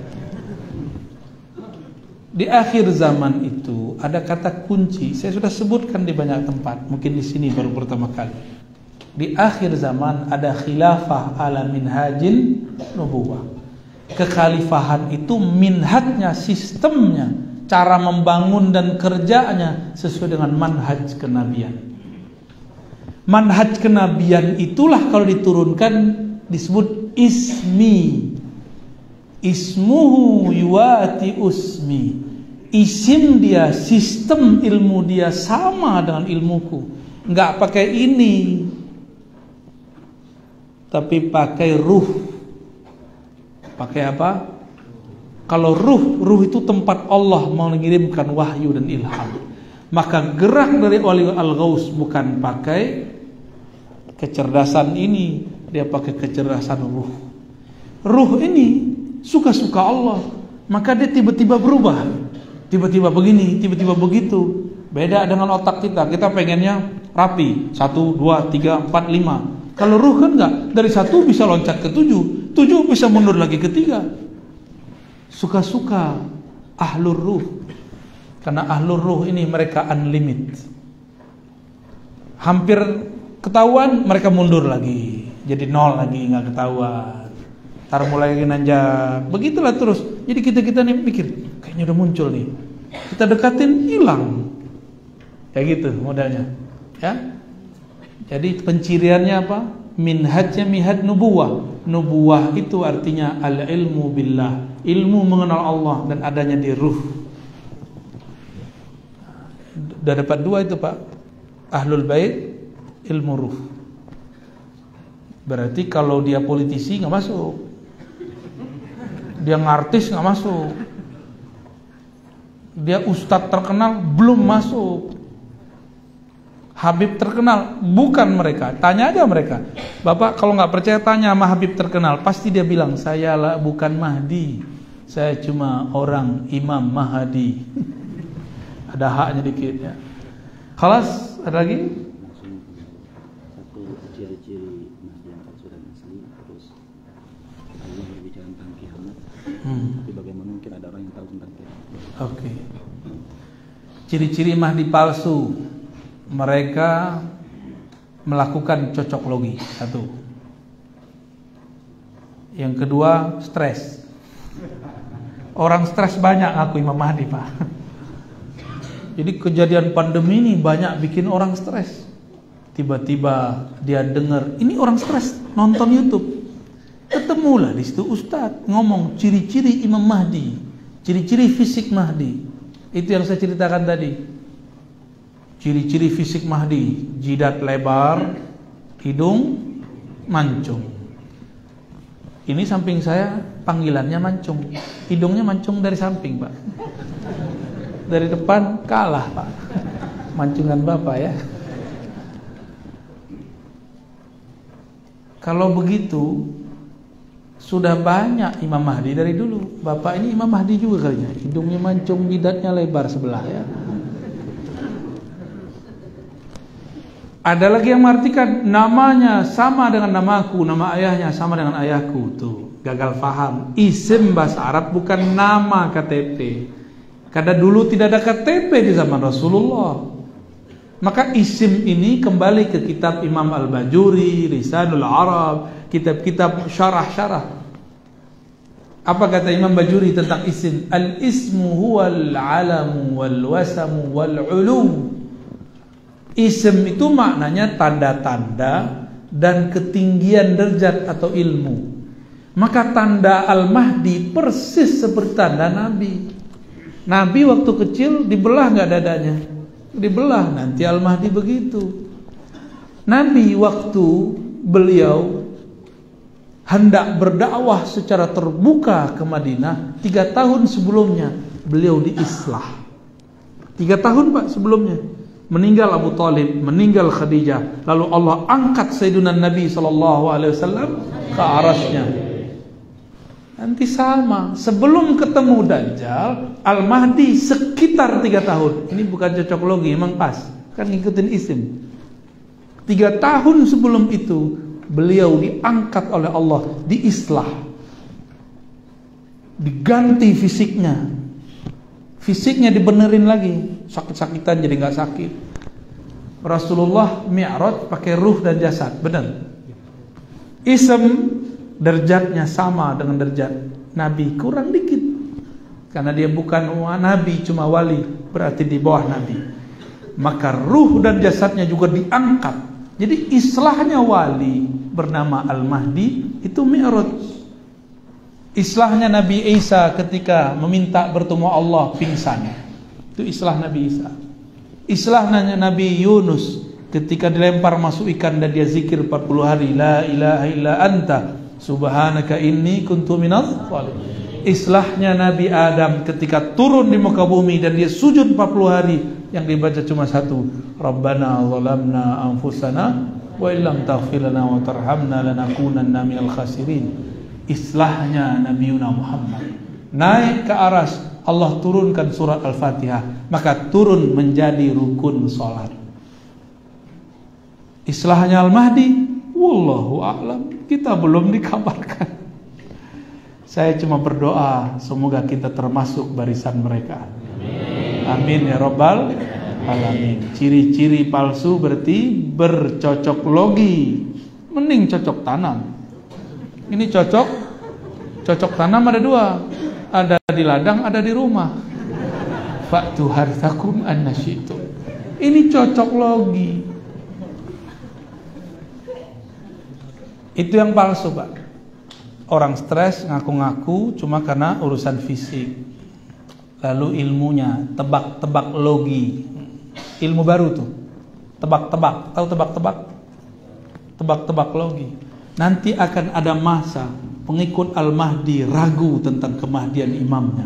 Di akhir zaman itu ada kata kunci, saya sudah sebutkan di banyak tempat, mungkin di sini baru pertama kali. Di akhir zaman ada khilafah ala minhajin nubuwah. Kekhalifahan itu minhajnya, sistemnya, cara membangun dan kerjanya sesuai dengan manhaj kenabian. Manhaj kenabian itulah kalau diturunkan disebut ismi. Ismuhu yuwati usmi. Isim dia, sistem ilmu dia sama dengan ilmuku. Enggak pakai ini, tapi pakai ruh. Pakai apa? Kalau ruh, ruh itu tempat Allah mengirimkan wahyu dan ilham. Maka gerak dari wali al-ghaus bukan pakai kecerdasan ini, dia pakai kecerdasan ruh. Ruh ini suka-suka Allah, maka dia tiba-tiba berubah. Tiba-tiba begini, tiba-tiba begitu. Beda dengan otak kita. Kita pengennya rapi, satu, dua, tiga, empat, lima. Kalau ruh kan enggak, dari satu bisa loncat ke tujuh, tujuh bisa mundur lagi ke tiga. Suka-suka ahlur ruh. Karena ahlur ruh ini mereka unlimited. Hampir ketahuan mereka mundur lagi, jadi nol lagi, nggak ketahuan. tar mulai nanjak, begitulah terus. Jadi kita kita nih mikir, kayaknya udah muncul nih, kita dekatin hilang, kayak gitu modelnya, ya. Jadi penciriannya apa? Minhajnya minhaj nubuwah. Nubuwah itu artinya al ilmu billah, ilmu mengenal Allah dan adanya di ruh. Udah dapat dua itu Pak, ahlul bait, ilmu ruh. Berarti kalau dia politisi nggak masuk, dia ngartis nggak masuk, dia ustadz terkenal belum masuk, Habib terkenal bukan mereka. Tanya aja mereka, Bapak kalau nggak percaya tanya sama Habib terkenal, pasti dia bilang saya lah bukan Mahdi, saya cuma orang Imam Mahdi. Ada haknya dikit ya. Khalas, ada lagi? Satu ciri-ciri Mahdi yang palsu dan asli, terus Allah berbicara tentang kiamat. Hmm. Tapi bagaimana mungkin ada orang yang tahu tentang kiamat? Oke. Okay. Ciri-ciri Mahdi palsu, mereka melakukan cocok logi, satu. Yang kedua, stres. Orang stres banyak ngaku Imam Mahdi, Pak. Jadi kejadian pandemi ini banyak bikin orang stres. Tiba-tiba dia dengar, ini orang stres nonton YouTube. Ketemulah di situ ustadz ngomong ciri-ciri Imam Mahdi, ciri-ciri fisik Mahdi. Itu yang saya ceritakan tadi. Ciri-ciri fisik Mahdi, jidat lebar, hidung mancung. Ini samping saya panggilannya mancung, hidungnya mancung dari samping, Pak. Dari depan kalah, Pak. Mancungan Bapak ya. Kalau begitu sudah banyak Imam Mahdi dari dulu. Bapak ini Imam Mahdi juga kalinya. Hidungnya mancung, jidatnya lebar sebelah ya. Ada lagi yang mengartikan namanya sama dengan namaku, nama ayahnya sama dengan ayahku. Tuh, gagal paham. Isim bahasa Arab bukan nama K T P. Karena dulu tidak ada K T P di zaman Rasulullah. Maka isim ini kembali ke kitab Imam Al-Bajuri, Lisanul Arab, kitab-kitab syarah-syarah. Apa kata Imam Bajuri tentang isim? Al-ismu huwal alamu wal wasamu wal ulum. Isim itu maknanya tanda-tanda dan ketinggian derajat atau ilmu. Maka tanda Al-Mahdi persis seperti tanda Nabi. Nabi waktu kecil dibelah nggak dadanya? Dibelah. Nanti Al-Mahdi begitu. Nabi waktu beliau hendak berdakwah secara terbuka ke Madinah, tiga tahun sebelumnya beliau diislah. Tiga tahun Pak sebelumnya meninggal Abu Talib, meninggal Khadijah, lalu Allah angkat Sayyidina Nabi Sallallahu Alaihi Wasallam ke arasnya. Nanti sama, sebelum ketemu Dajjal, Al-Mahdi sekitar tiga tahun. Ini bukan cocok logi, emang pas, kan ngikutin isim. Tiga tahun sebelum itu beliau diangkat oleh Allah, diislah, diganti fisiknya, fisiknya dibenerin lagi, sakit-sakitan jadi nggak sakit. Rasulullah Mi'raj pakai ruh dan jasad, benar. Ism derajatnya sama dengan derajat Nabi, kurang dikit. Karena dia bukan Nabi, cuma wali, berarti di bawah Nabi. Maka ruh dan jasadnya juga diangkat. Jadi islahnya wali bernama Al-Mahdi itu Mi'raj. Islahnya Nabi Isa ketika meminta bertemu Allah pingsan, itu islah Nabi Isa. Islahnya Nabi Yunus ketika dilempar masuk ikan dan dia zikir empat puluh hari, la ilaha illa anta subhanaka inni kuntu minadh shalihin. Islahnya Nabi Adam ketika turun di muka bumi dan dia sujud empat puluh hari, yang dibaca cuma satu, Rabbana zalamna anfusana wa illam taghfir lana wa tarhamna lanakunanna minal khasirin. Islahnya Nabi Muhammad naik ke aras, Allah turunkan surat Al-Fatihah, maka turun menjadi rukun salat. Islahnya Al-Mahdi, wallahu a'lam, kita belum dikabarkan. Saya cuma berdoa semoga kita termasuk barisan mereka. Amin ya rabbal alamin. Ciri-ciri palsu berarti bercocok logi. Mending cocok tanam. Ini cocok Cocok tanam ada dua, ada di ladang, ada di rumah. Fa'tu harthakum anna syi'tum. Ini cocok logi. Itu yang palsu, Pak. Orang stres ngaku-ngaku cuma karena urusan fisik. Lalu ilmunya tebak-tebak logi. Ilmu baru tuh. Tebak-tebak. Tahu tebak-tebak? Tebak-tebak logi. Nanti akan ada masa pengikut Al-Mahdi ragu tentang kemahdian imamnya.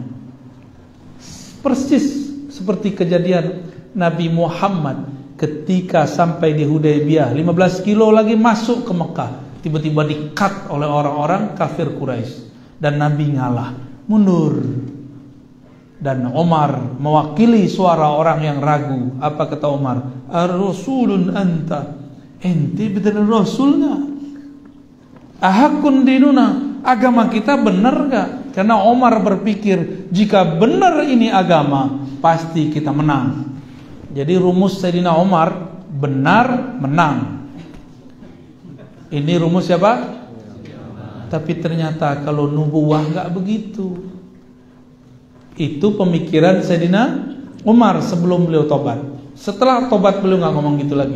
Persis seperti kejadian Nabi Muhammad ketika sampai di Hudaybiyah, lima belas kilo lagi masuk ke Mekah, tiba-tiba di-cut oleh orang-orang kafir Quraisy dan Nabi ngalah, mundur. Dan Umar mewakili suara orang yang ragu. Apa kata Umar? Ar-rasulun anta. Ente betul rasulnya. Ahakun dinuna. Agama kita benar gak? Karena Umar berpikir jika benar ini agama, pasti kita menang. Jadi rumus Sayyidina Umar, benar menang. Ini rumus siapa? Tapi ternyata kalau nubuwah gak begitu. Itu pemikiran Sayyidina Umar sebelum beliau tobat. Setelah tobat beliau gak ngomong gitu lagi.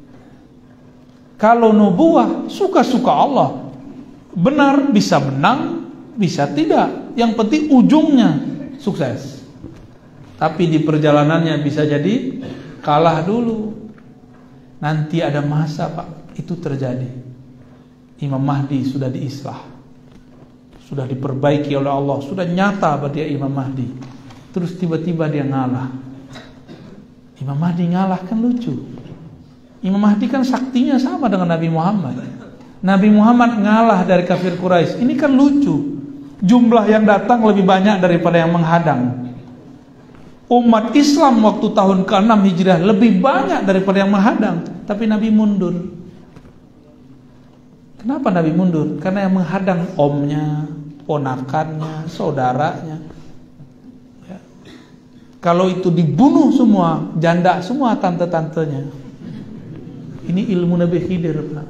Kalau nubuwah suka-suka Allah. Benar bisa menang, bisa tidak. Yang penting ujungnya sukses. Tapi di perjalanannya bisa jadi kalah dulu. Nanti ada masa, Pak, itu terjadi. Imam Mahdi sudah diislah, sudah diperbaiki oleh Allah, sudah nyata bahwa dia Imam Mahdi. Terus tiba-tiba dia ngalah. Imam Mahdi ngalah kan lucu. Imam Mahdi kan saktinya sama dengan Nabi Muhammad. Nabi Muhammad ngalah dari kafir Quraisy. Ini kan lucu. Jumlah yang datang lebih banyak daripada yang menghadang. Umat Islam waktu tahun ke enam Hijriah lebih banyak daripada yang menghadang. Tapi Nabi mundur. Kenapa Nabi mundur? Karena yang menghadang omnya, ponakannya, saudaranya. Ya. Kalau itu dibunuh semua, janda semua tante-tantenya. Ini ilmu Nabi Khidir, Pak.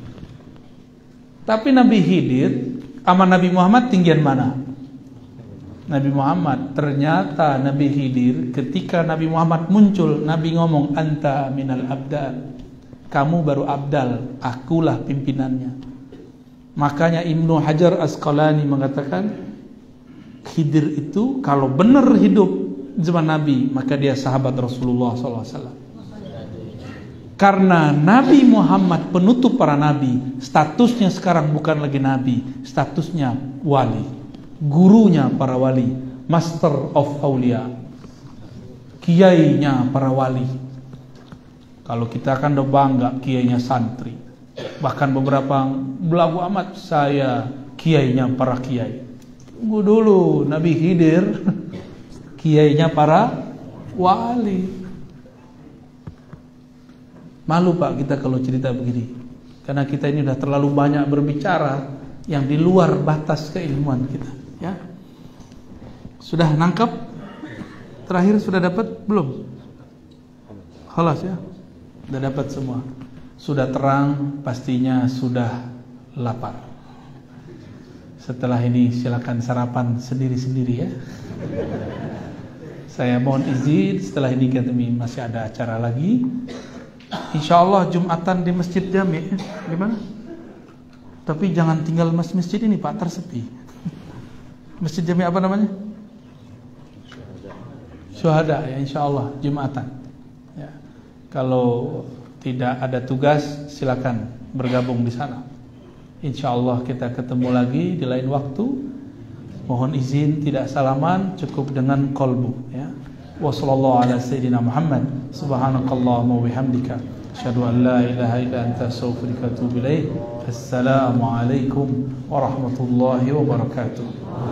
Tapi Nabi Khidir sama Nabi Muhammad tinggian mana? Nabi Muhammad. Ternyata Nabi Khidir ketika Nabi Muhammad muncul, Nabi ngomong anta minal abdal. Kamu baru abdal, akulah pimpinannya. Makanya Ibnu Hajar Asqalani mengatakan Khidir itu kalau benar hidup zaman Nabi, maka dia sahabat Rasulullah sallallahu alaihi wasallam. Karena Nabi Muhammad penutup para nabi, statusnya sekarang bukan lagi nabi, statusnya wali, gurunya para wali, master of awliya, kiainya para wali. Kalau kita kan udah bangga kiainya santri, bahkan beberapa belagu amat, saya kiainya para kiai. Tunggu dulu, Nabi Khidir kiainya para wali. Malu, Pak, kita kalau cerita begini, karena kita ini sudah terlalu banyak berbicara yang di luar batas keilmuan kita, ya. Sudah nangkep? Terakhir sudah dapat belum? Khalas ya. Sudah dapat semua. Sudah terang, pastinya sudah lapar. Setelah ini silakan sarapan sendiri-sendiri ya. Saya mohon izin, setelah ini kami masih ada acara lagi. Insyaallah Jumatan di Masjid Jami. Di mana? Tapi jangan tinggal masjid ini, Pak, tersepi. Masjid Jami apa namanya? Syuhada ya, insyaallah Jumatan. Ya. Kalau tidak ada tugas, silakan bergabung di sana. Insyaallah kita ketemu lagi di lain waktu. Mohon izin tidak salaman, cukup dengan qalbu ya. Wa sallallahu ala sayyidina Muhammad subhanakallahumma wa bihamdika asyhadu an la ilaha illa anta astaghfiruka wa atubu ilaik. Assalamu alaikum warahmatullahi wabarakatuh.